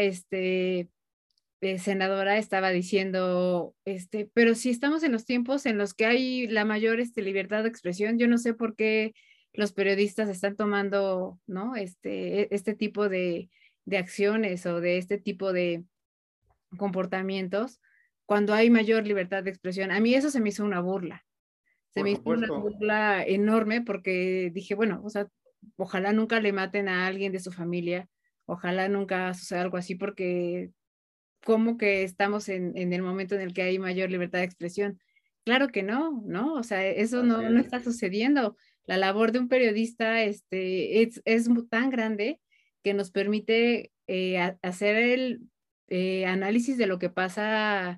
senadora estaba diciendo, pero si estamos en los tiempos en los que hay la mayor libertad de expresión, yo no sé por qué los periodistas están tomando, ¿no? Este tipo de acciones o de este tipo de comportamientos cuando hay mayor libertad de expresión. A mí eso se me hizo una burla, se Por me hizo una supuesto. burla enorme porque dije, bueno, o sea, ojalá nunca le maten a alguien de su familia, ojalá nunca suceda algo así porque cómo que estamos en el momento en el que hay mayor libertad de expresión. Claro que no, ¿no? O sea, eso Así no es. está sucediendo. La labor de un periodista es tan grande que nos permite hacer el análisis de lo que pasa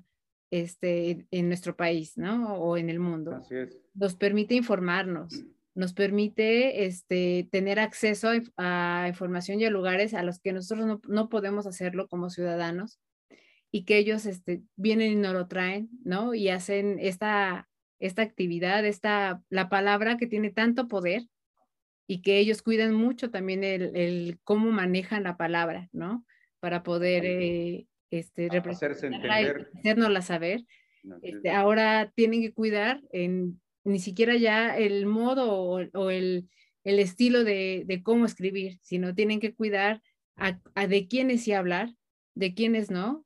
en nuestro país, ¿no? O en el mundo. Así es. Nos permite informarnos, nos permite tener acceso a información y a lugares a los que nosotros no podemos hacerlo como ciudadanos, y que ellos vienen y nos lo traen, ¿no? Y hacen esta actividad, la palabra que tiene tanto poder y que ellos cuidan mucho también el cómo manejan la palabra, ¿no? Para poder Así es. Hacerse representarla y entender. hacérnosla saber. Así es. Ahora tienen que cuidar ni siquiera ya el modo o el estilo de cómo escribir, sino tienen que cuidar a de quiénes sí hablar, de quiénes no,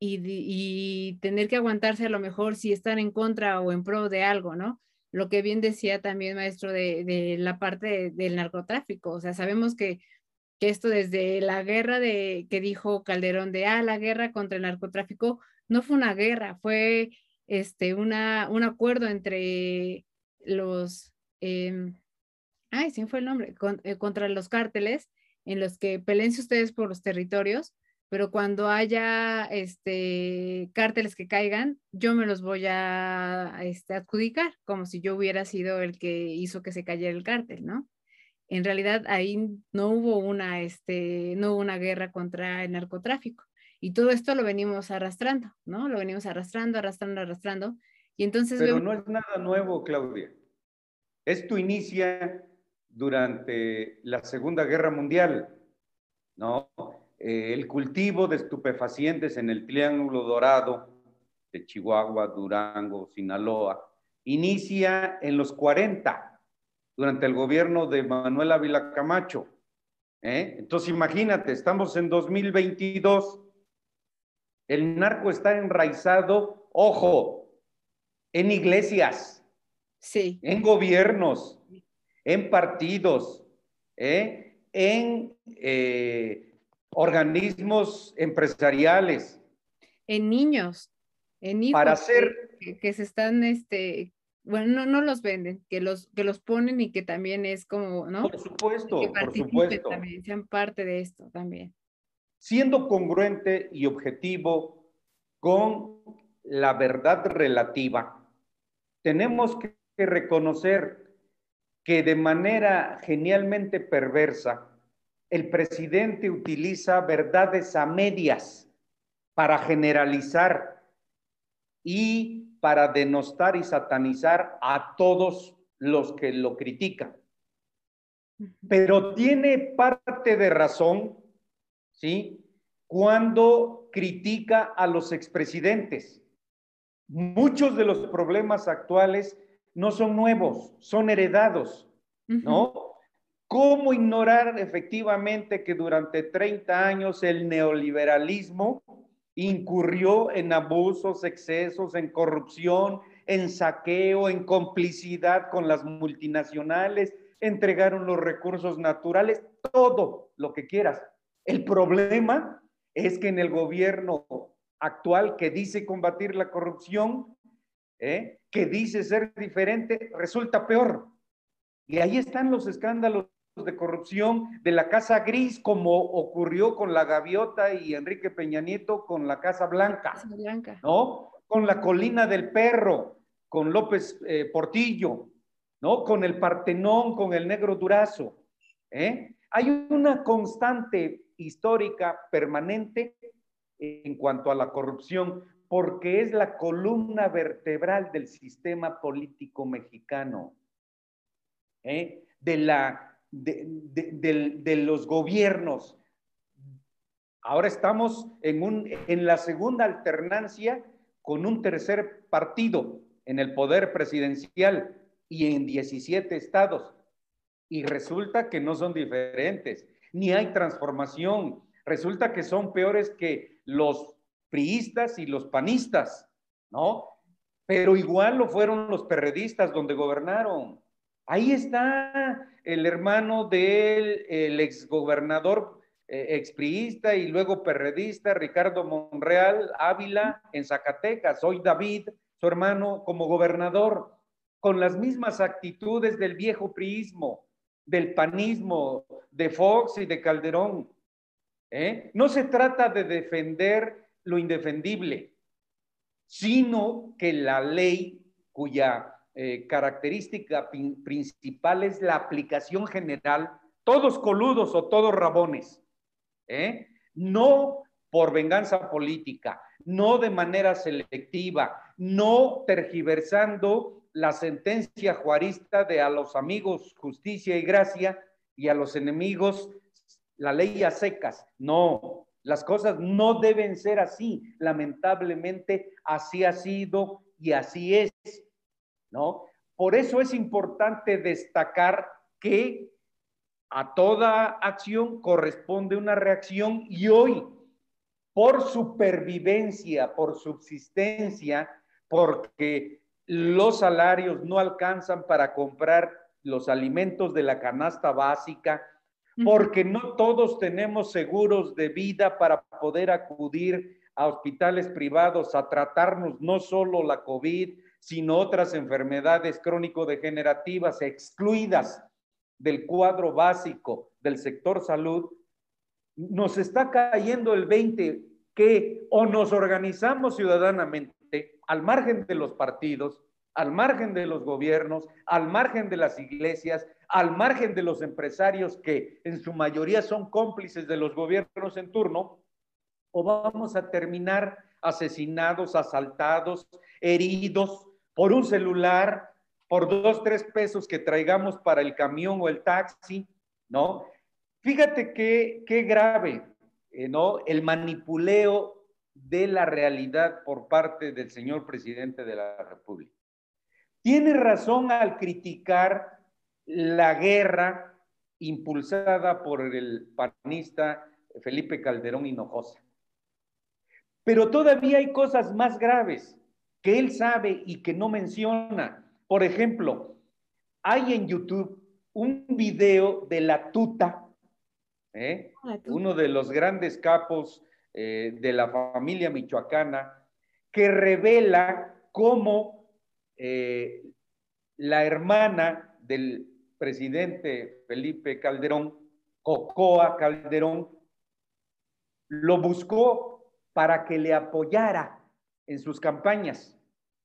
y tener que aguantarse a lo mejor si están en contra o en pro de algo, ¿no? Lo que bien decía también, maestro, de la parte del narcotráfico. O sea, sabemos que esto desde la guerra que dijo Calderón la guerra contra el narcotráfico, no fue una guerra, fue un acuerdo entre los, eh, ay, sí fue el nombre, contra los cárteles, en los que pelense ustedes por los territorios, pero cuando haya cárteles que caigan, yo me los voy a adjudicar, como si yo hubiera sido el que hizo que se cayera el cártel, ¿no? En realidad ahí no hubo una guerra contra el narcotráfico. Y todo esto lo venimos arrastrando, ¿no? Lo venimos arrastrando, arrastrando, arrastrando. Y entonces Pero vemos, no es nada nuevo, Claudia. Esto inicia durante la Segunda Guerra Mundial, ¿no? El cultivo de estupefacientes en el Triángulo Dorado de Chihuahua, Durango, Sinaloa, inicia en los 40, durante el gobierno de Manuel Ávila Camacho. Entonces, imagínate, estamos en 2022, el narco está enraizado, ojo, en iglesias, sí, en gobiernos, en partidos, en organismos empresariales, en niños, en para hijos hacer, que se están, bueno, no los venden, que los ponen y que también es como, ¿no? Y que por participen supuesto, también, sean parte de esto también. siendo congruente y objetivo con la verdad relativa, tenemos que reconocer que de manera genialmente perversa, el presidente utiliza verdades a medias para generalizar y para denostar y satanizar a todos los que lo critican. Pero tiene parte de razón, ¿sí? Cuando critica a los expresidentes. Muchos de los problemas actuales no son nuevos, son heredados, ¿no? ¿Cómo ignorar efectivamente que durante 30 años el neoliberalismo incurrió en abusos, excesos, en corrupción, en saqueo, en complicidad con las multinacionales, entregaron los recursos naturales, todo lo que quieras? El problema es que en el gobierno actual, que dice combatir la corrupción, que dice ser diferente, resulta peor. Y ahí están los escándalos de corrupción de la Casa Gris, como ocurrió con la Gaviota y Enrique Peña Nieto con la Casa Blanca, ¿no? Con la Colina del Perro, con López Portillo, ¿no? Con el Partenón, con el Negro Durazo. Hay una constante histórica permanente en cuanto a la corrupción, porque es la columna vertebral del sistema político mexicano, de los gobiernos. Ahora estamos en la segunda alternancia con un tercer partido en el poder presidencial y en 17 estados. Y resulta que no son diferentes, ni hay transformación. Resulta que son peores que los priistas y los panistas, ¿no? Pero igual lo fueron los perredistas donde gobernaron. Ahí está el hermano del exgobernador, expriista y luego perredista, Ricardo Monreal Ávila, en Zacatecas. Hoy David, su hermano, como gobernador, con las mismas actitudes del viejo priismo, del panismo, de Fox y de Calderón. No se trata de defender lo indefendible, sino que la ley, cuya característica principal es la aplicación general, todos coludos o todos rabones, no por venganza política, no de manera selectiva, no tergiversando la sentencia juarista de a los amigos justicia y gracia y a los enemigos la ley a secas. No, las cosas no deben ser así. Lamentablemente así ha sido y así es, ¿no? Por eso es importante destacar que a toda acción corresponde una reacción, y hoy, por supervivencia, por subsistencia, porque los salarios no alcanzan para comprar los alimentos de la canasta básica, porque no todos tenemos seguros de vida para poder acudir a hospitales privados a tratarnos no solo la COVID, sino otras enfermedades crónico-degenerativas excluidas del cuadro básico del sector salud. Nos está cayendo el 20 que o nos organizamos ciudadanamente al margen de los partidos, al margen de los gobiernos, al margen de las iglesias, al margen de los empresarios que en su mayoría son cómplices de los gobiernos en turno, o vamos a terminar asesinados, asaltados, heridos por un celular, por 2, 3 pesos que traigamos para el camión o el taxi, ¿no? Fíjate qué grave, ¿no? El manipuleo de la realidad por parte del señor presidente de la República. Tiene razón al criticar la guerra impulsada por el panista Felipe Calderón Hinojosa. Pero todavía hay cosas más graves que él sabe y que no menciona. Por ejemplo, hay en YouTube un video de la Tuta, uno de los grandes capos de la familia michoacana, que revela cómo la hermana del presidente Felipe Calderón, Cocoa Calderón, lo buscó para que le apoyara en sus campañas.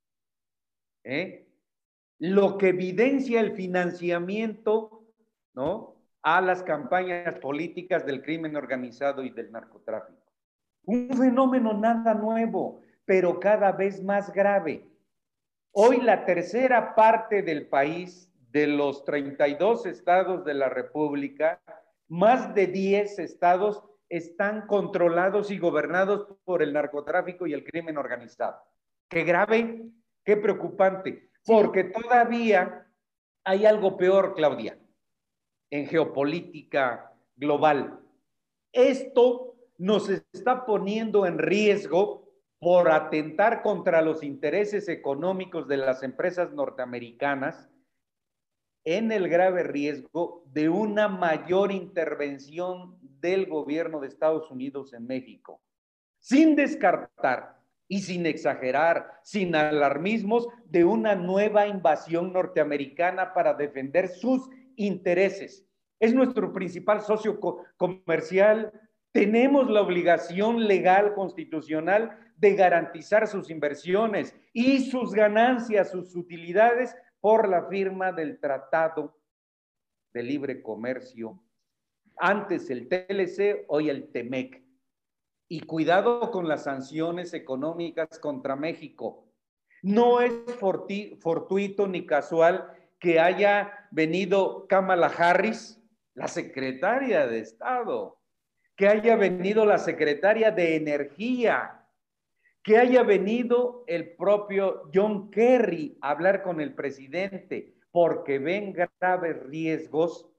Lo que evidencia el financiamiento, ¿no?, a las campañas políticas del crimen organizado y del narcotráfico. Un fenómeno nada nuevo, pero cada vez más grave. Hoy la tercera parte del país de los 32 estados de la República, más de 10 estados están controlados y gobernados por el narcotráfico y el crimen organizado. Qué grave, qué preocupante, porque todavía hay algo peor, Claudia, en geopolítica global. Esto nos está poniendo en riesgo por atentar contra los intereses económicos de las empresas norteamericanas, en el grave riesgo de una mayor intervención del gobierno de Estados Unidos en México, sin descartar y sin exagerar, sin alarmismos, de una nueva invasión norteamericana para defender sus intereses. Es nuestro principal socio comercial. Tenemos la obligación legal constitucional de garantizar sus inversiones y sus ganancias, sus utilidades, por la firma del Tratado de Libre Comercio, antes el TLC, hoy el TEMEC. Y cuidado con las sanciones económicas contra México. No es fortuito ni casual que haya venido Kamala Harris, la secretaria de Estado, que haya venido la secretaria de Energía, que haya venido el propio John Kerry a hablar con el presidente, porque ven graves riesgos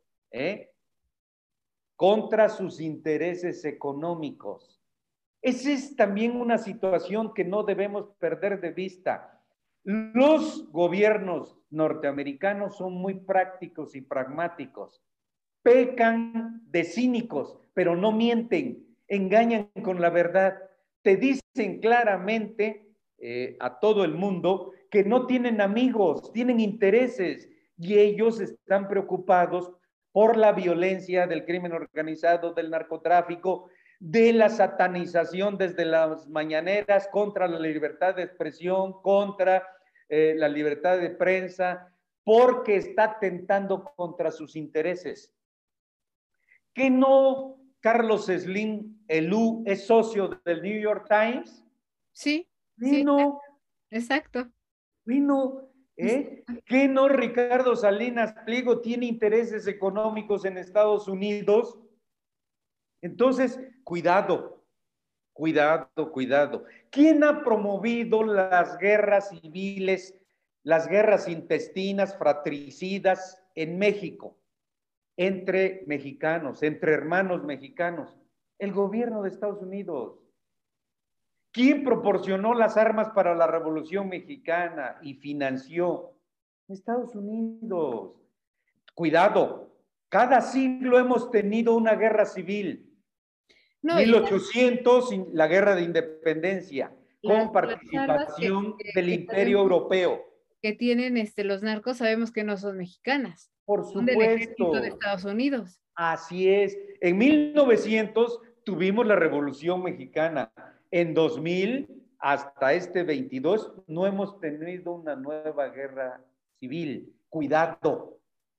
contra sus intereses económicos. Esa es también una situación que no debemos perder de vista. Los gobiernos norteamericanos son muy prácticos y pragmáticos. Pecan de cínicos, pero no mienten, engañan con la verdad. Te dicen claramente a todo el mundo que no tienen amigos, tienen intereses, y ellos están preocupados por la violencia del crimen organizado, del narcotráfico, de la satanización desde las mañaneras contra la libertad de expresión, contra la libertad de prensa, porque está atentando contra sus intereses. ¿Que no Carlos Slim Elú es socio del New York Times? Sí, Vino, sí, exacto. vino, ¿que no Ricardo Salinas Pliego tiene intereses económicos en Estados Unidos? Entonces, cuidado, cuidado, cuidado. ¿Quién ha promovido las guerras civiles, las guerras intestinas, fratricidas en México? Entre mexicanos, entre hermanos mexicanos, el gobierno de Estados Unidos. ¿Quién proporcionó las armas para la Revolución Mexicana y financió? Estados Unidos. Cuidado, cada siglo hemos tenido una guerra civil. No, 1800, la guerra de independencia, con participación del Imperio Europeo. Que tienen los narcos, sabemos que no son mexicanas. Por supuesto. Son del ejército de Estados Unidos. Así es. En 1900 tuvimos la Revolución Mexicana. En 2000 hasta este 22 no hemos tenido una nueva guerra civil. Cuidado.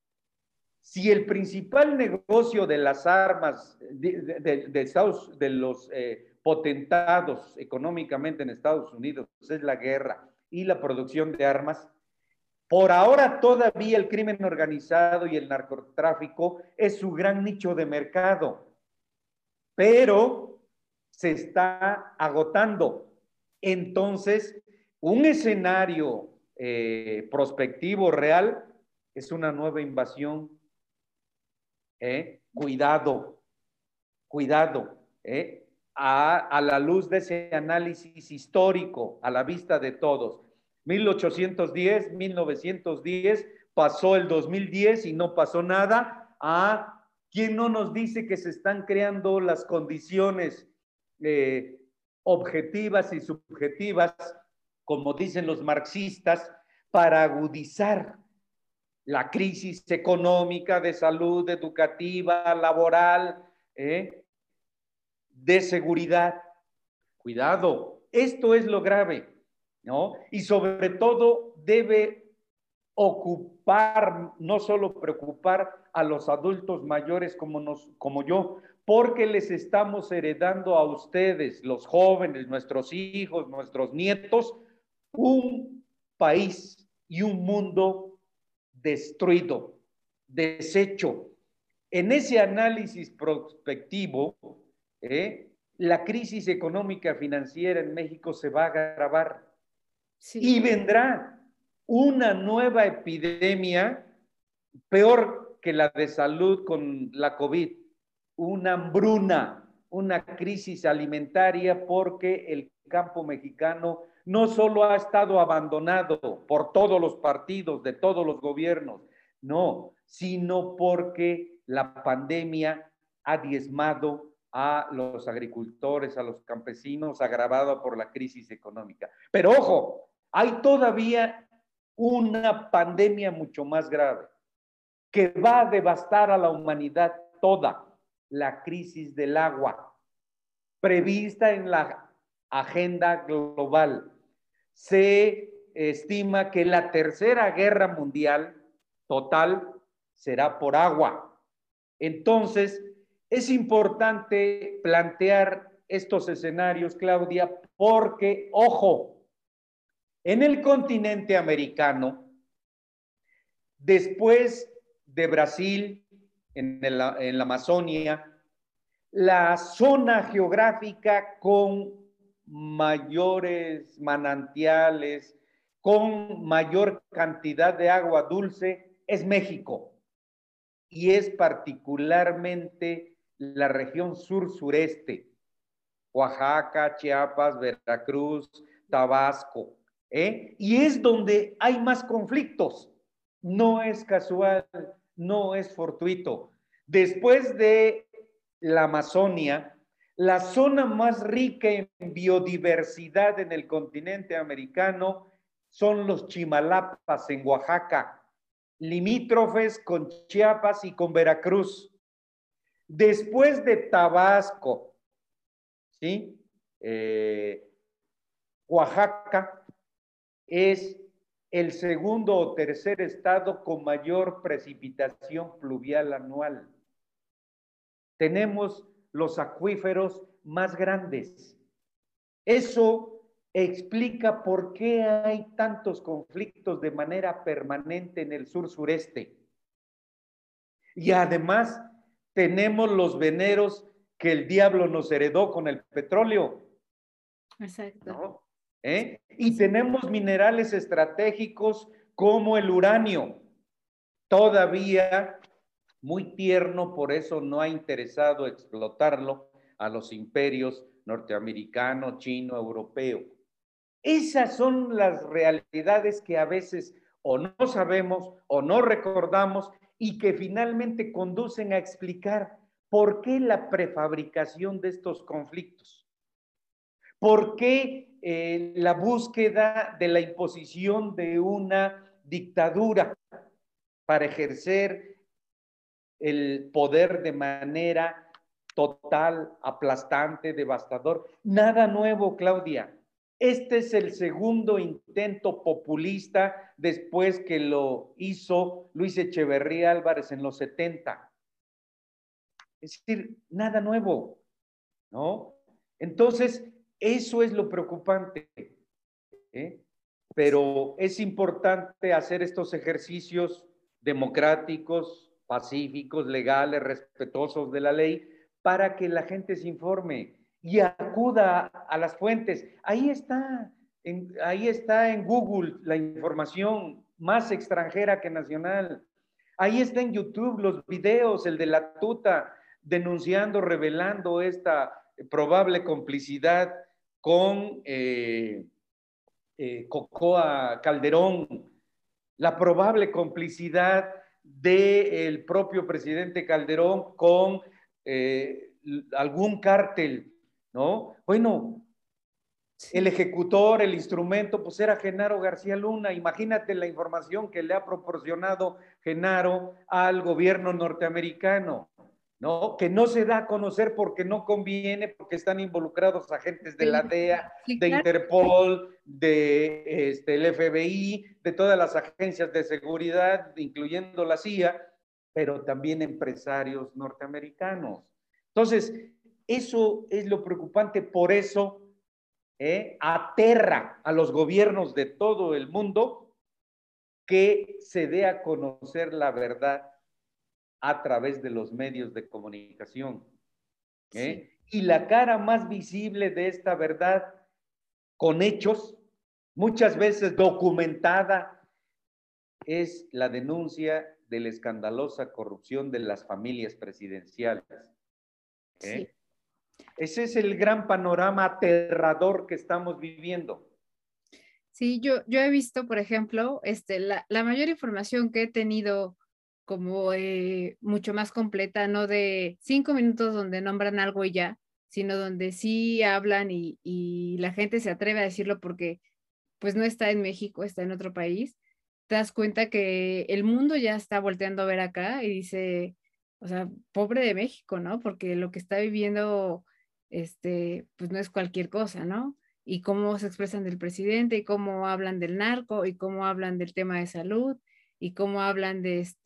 Si el principal negocio de las armas de los potentados económicamente en Estados Unidos es la guerra y la producción de armas, por ahora todavía el crimen organizado y el narcotráfico es su gran nicho de mercado, pero se está agotando. Entonces, un escenario prospectivo real es una nueva invasión. Cuidado, cuidado, a la luz de ese análisis histórico, a la vista de todos. 1810, 1910, pasó el 2010 y no pasó nada. ¿Quién no nos dice que se están creando las condiciones objetivas y subjetivas, como dicen los marxistas, para agudizar la crisis económica, de salud, educativa, laboral, de seguridad? Cuidado, esto es lo grave, ¿no? Y sobre todo debe ocupar, no solo preocupar a los adultos mayores como yo, porque les estamos heredando a ustedes, los jóvenes, nuestros hijos, nuestros nietos, un país y un mundo destruido, deshecho. En ese análisis prospectivo, la crisis económica financiera en México se va a agravar. Sí. Y vendrá una nueva epidemia peor que la de salud con la COVID, una hambruna, una crisis alimentaria, porque el campo mexicano no solo ha estado abandonado por todos los partidos, de todos los gobiernos, no, sino porque la pandemia ha diezmado a los agricultores, a los campesinos, agravado por la crisis económica. Pero ojo, hay todavía una pandemia mucho más grave que va a devastar a la humanidad toda, la crisis del agua, prevista en la agenda global. Se estima que la tercera guerra mundial total será por agua. Entonces, es importante plantear estos escenarios, Claudia, porque, ojo, en el continente americano, después de Brasil, en la Amazonia, la zona geográfica con mayores manantiales, con mayor cantidad de agua dulce, es México. Y es particularmente la región sur-sureste, Oaxaca, Chiapas, Veracruz, Tabasco, y es donde hay más conflictos. No es casual, no es fortuito. Después de la Amazonia, la zona más rica en biodiversidad en el continente americano son los Chimalapas en Oaxaca, limítrofes con Chiapas y con Veracruz. Después de Tabasco, ¿sí? Oaxaca es el segundo o tercer estado con mayor precipitación pluvial anual. Tenemos los acuíferos más grandes. Eso explica por qué hay tantos conflictos de manera permanente en el sur-sureste. Y además tenemos los veneros que el diablo nos heredó con el petróleo. Exacto. ¿No? Y tenemos minerales estratégicos como el uranio, todavía muy tierno, por eso no ha interesado explotarlo a los imperios norteamericano, chino, europeo. Esas son las realidades que a veces o no sabemos o no recordamos y que finalmente conducen a explicar por qué la prefabricación de estos conflictos. ¿Por qué la búsqueda de la imposición de una dictadura para ejercer el poder de manera total, aplastante, devastador? Nada nuevo, Claudia. Este es el segundo intento populista después que lo hizo Luis Echeverría Álvarez en los 70. Es decir, nada nuevo, ¿no? Entonces, eso es lo preocupante, pero es importante hacer estos ejercicios democráticos, pacíficos, legales, respetuosos de la ley, para que la gente se informe y acuda a las fuentes. Ahí está en Google la información más extranjera que nacional. Ahí está en YouTube los videos, el de la tuta denunciando, revelando esta probable complicidad con Cocoa Calderón, la probable complicidad del propio presidente Calderón con algún cártel, ¿no? Bueno, sí. El ejecutor, el instrumento, pues era Genaro García Luna. Imagínate la información que le ha proporcionado Genaro al gobierno norteamericano, ¿no? Que no se da a conocer porque no conviene, porque están involucrados agentes de la DEA, sí, de Interpol, de el FBI, de todas las agencias de seguridad, incluyendo la CIA, pero también empresarios norteamericanos. Entonces, eso es lo preocupante, por eso aterra a los gobiernos de todo el mundo que se dé a conocer la verdad a través de los medios de comunicación. Sí. Y la cara más visible de esta verdad, con hechos, muchas veces documentada, es la denuncia de la escandalosa corrupción de las familias presidenciales. Sí. Ese es el gran panorama aterrador que estamos viviendo. Sí, yo he visto, por ejemplo, la mayor información que he tenido como mucho más completa, no de 5 minutos donde nombran algo y ya, sino donde sí hablan y la gente se atreve a decirlo porque pues no está en México, está en otro país. Te das cuenta que el mundo ya está volteando a ver acá y dice, o sea, pobre de México, ¿no? Porque lo que está viviendo, pues no es cualquier cosa, ¿no? Y cómo se expresan del presidente y cómo hablan del narco y cómo hablan del tema de salud y cómo hablan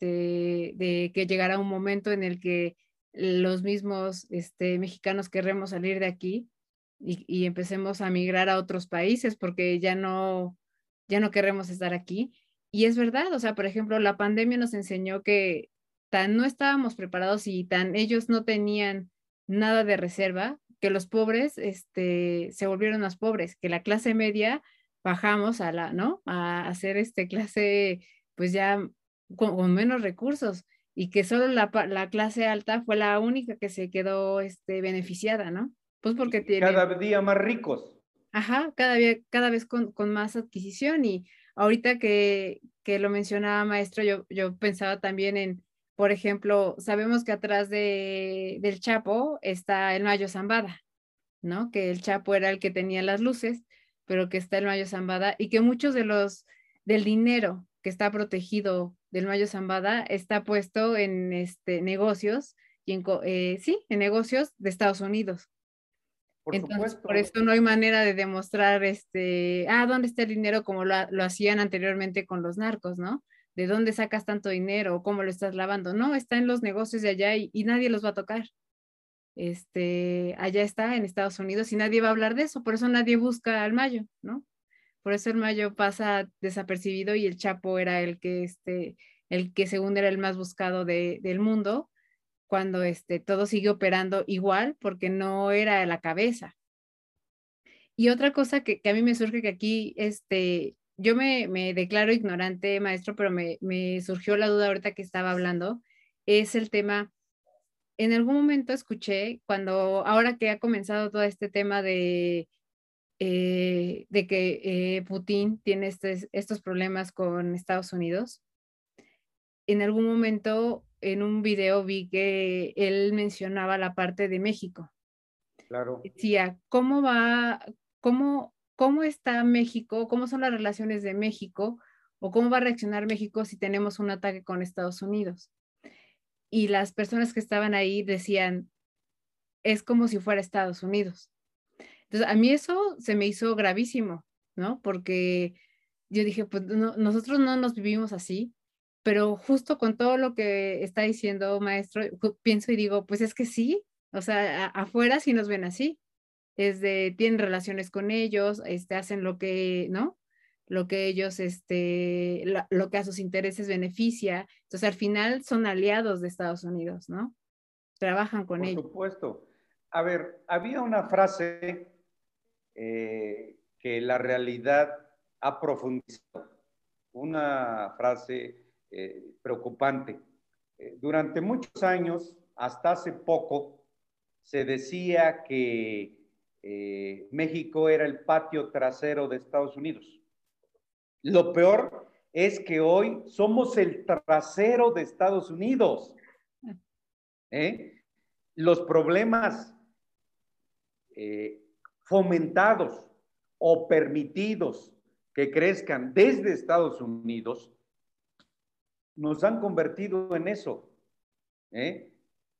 de que llegará un momento en el que los mismos mexicanos querremos salir de aquí y empecemos a migrar a otros países porque ya no queremos estar aquí. Y es verdad, o sea, por ejemplo, la pandemia nos enseñó que tan no estábamos preparados y tan ellos no tenían nada de reserva, que los pobres se volvieron más pobres, que la clase media bajamos a ¿no? A hacer clase, pues ya con menos recursos y que solo la clase alta fue la única que se quedó beneficiada, ¿no? Pues porque tienen... Cada día más ricos. Ajá, cada vez con más adquisición y ahorita que lo mencionaba maestro, yo pensaba también en, por ejemplo, sabemos que atrás del Chapo está el Mayo Zambada, ¿no? Que el Chapo era el que tenía las luces, pero que está el Mayo Zambada y que muchos del dinero que está protegido del Mayo Zambada está puesto en negocios y en negocios de Estados Unidos. Entonces, por eso no hay manera de demostrar, ¿dónde está el dinero? Como lo hacían anteriormente con los narcos, ¿no? ¿De dónde sacas tanto dinero? ¿Cómo lo estás lavando? No, está en los negocios de allá y nadie los va a tocar. Allá está en Estados Unidos y nadie va a hablar de eso, por eso nadie busca al Mayo, ¿no? Por eso el Mayo pasa desapercibido y el Chapo era el que según era el más buscado del mundo, cuando todo sigue operando igual porque no era la cabeza. Y otra cosa que a mí me surge que aquí, yo me declaro ignorante, maestro, pero me surgió la duda ahorita que estaba hablando, es el tema, en algún momento escuché, ahora que ha comenzado todo este tema de que Putin tiene estos problemas con Estados Unidos, en algún momento en un video vi que él mencionaba la parte de México. Claro. Decía, ¿cómo está México? ¿Cómo son las relaciones de México? ¿O cómo va a reaccionar México si tenemos un ataque con Estados Unidos? Y las personas que estaban ahí decían, es como si fuera Estados Unidos. Entonces, a mí eso se me hizo gravísimo, ¿no? Porque yo dije, pues nosotros no nos vivimos así, pero justo con todo lo que está diciendo maestro, pienso y digo, pues es que sí, o sea, afuera sí nos ven así, tienen relaciones con ellos, hacen lo que, ¿no? Lo que ellos, lo que a sus intereses beneficia. Entonces, al final son aliados de Estados Unidos, ¿no? Trabajan con ellos. Por supuesto. A ver, había una frase que la realidad ha profundizado, una frase preocupante. Durante muchos años, hasta hace poco, se decía que México era el patio trasero de Estados Unidos. Lo peor es que hoy somos el trasero de Estados Unidos. Los problemas fomentados o permitidos que crezcan desde Estados Unidos nos han convertido en eso, en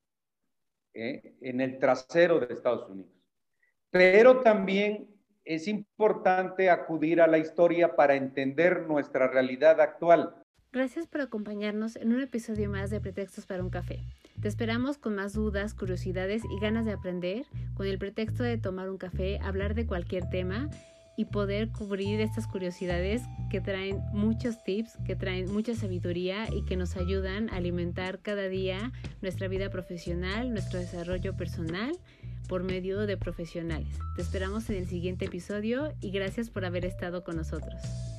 el trasero de Estados Unidos. Pero también es importante acudir a la historia para entender nuestra realidad actual. Gracias por acompañarnos en un episodio más de Pretextos para un café. Te esperamos con más dudas, curiosidades y ganas de aprender, con el pretexto de tomar un café, hablar de cualquier tema y poder cubrir estas curiosidades que traen muchos tips, que traen mucha sabiduría y que nos ayudan a alimentar cada día nuestra vida profesional, nuestro desarrollo personal por medio de profesionales. Te esperamos en el siguiente episodio y gracias por haber estado con nosotros.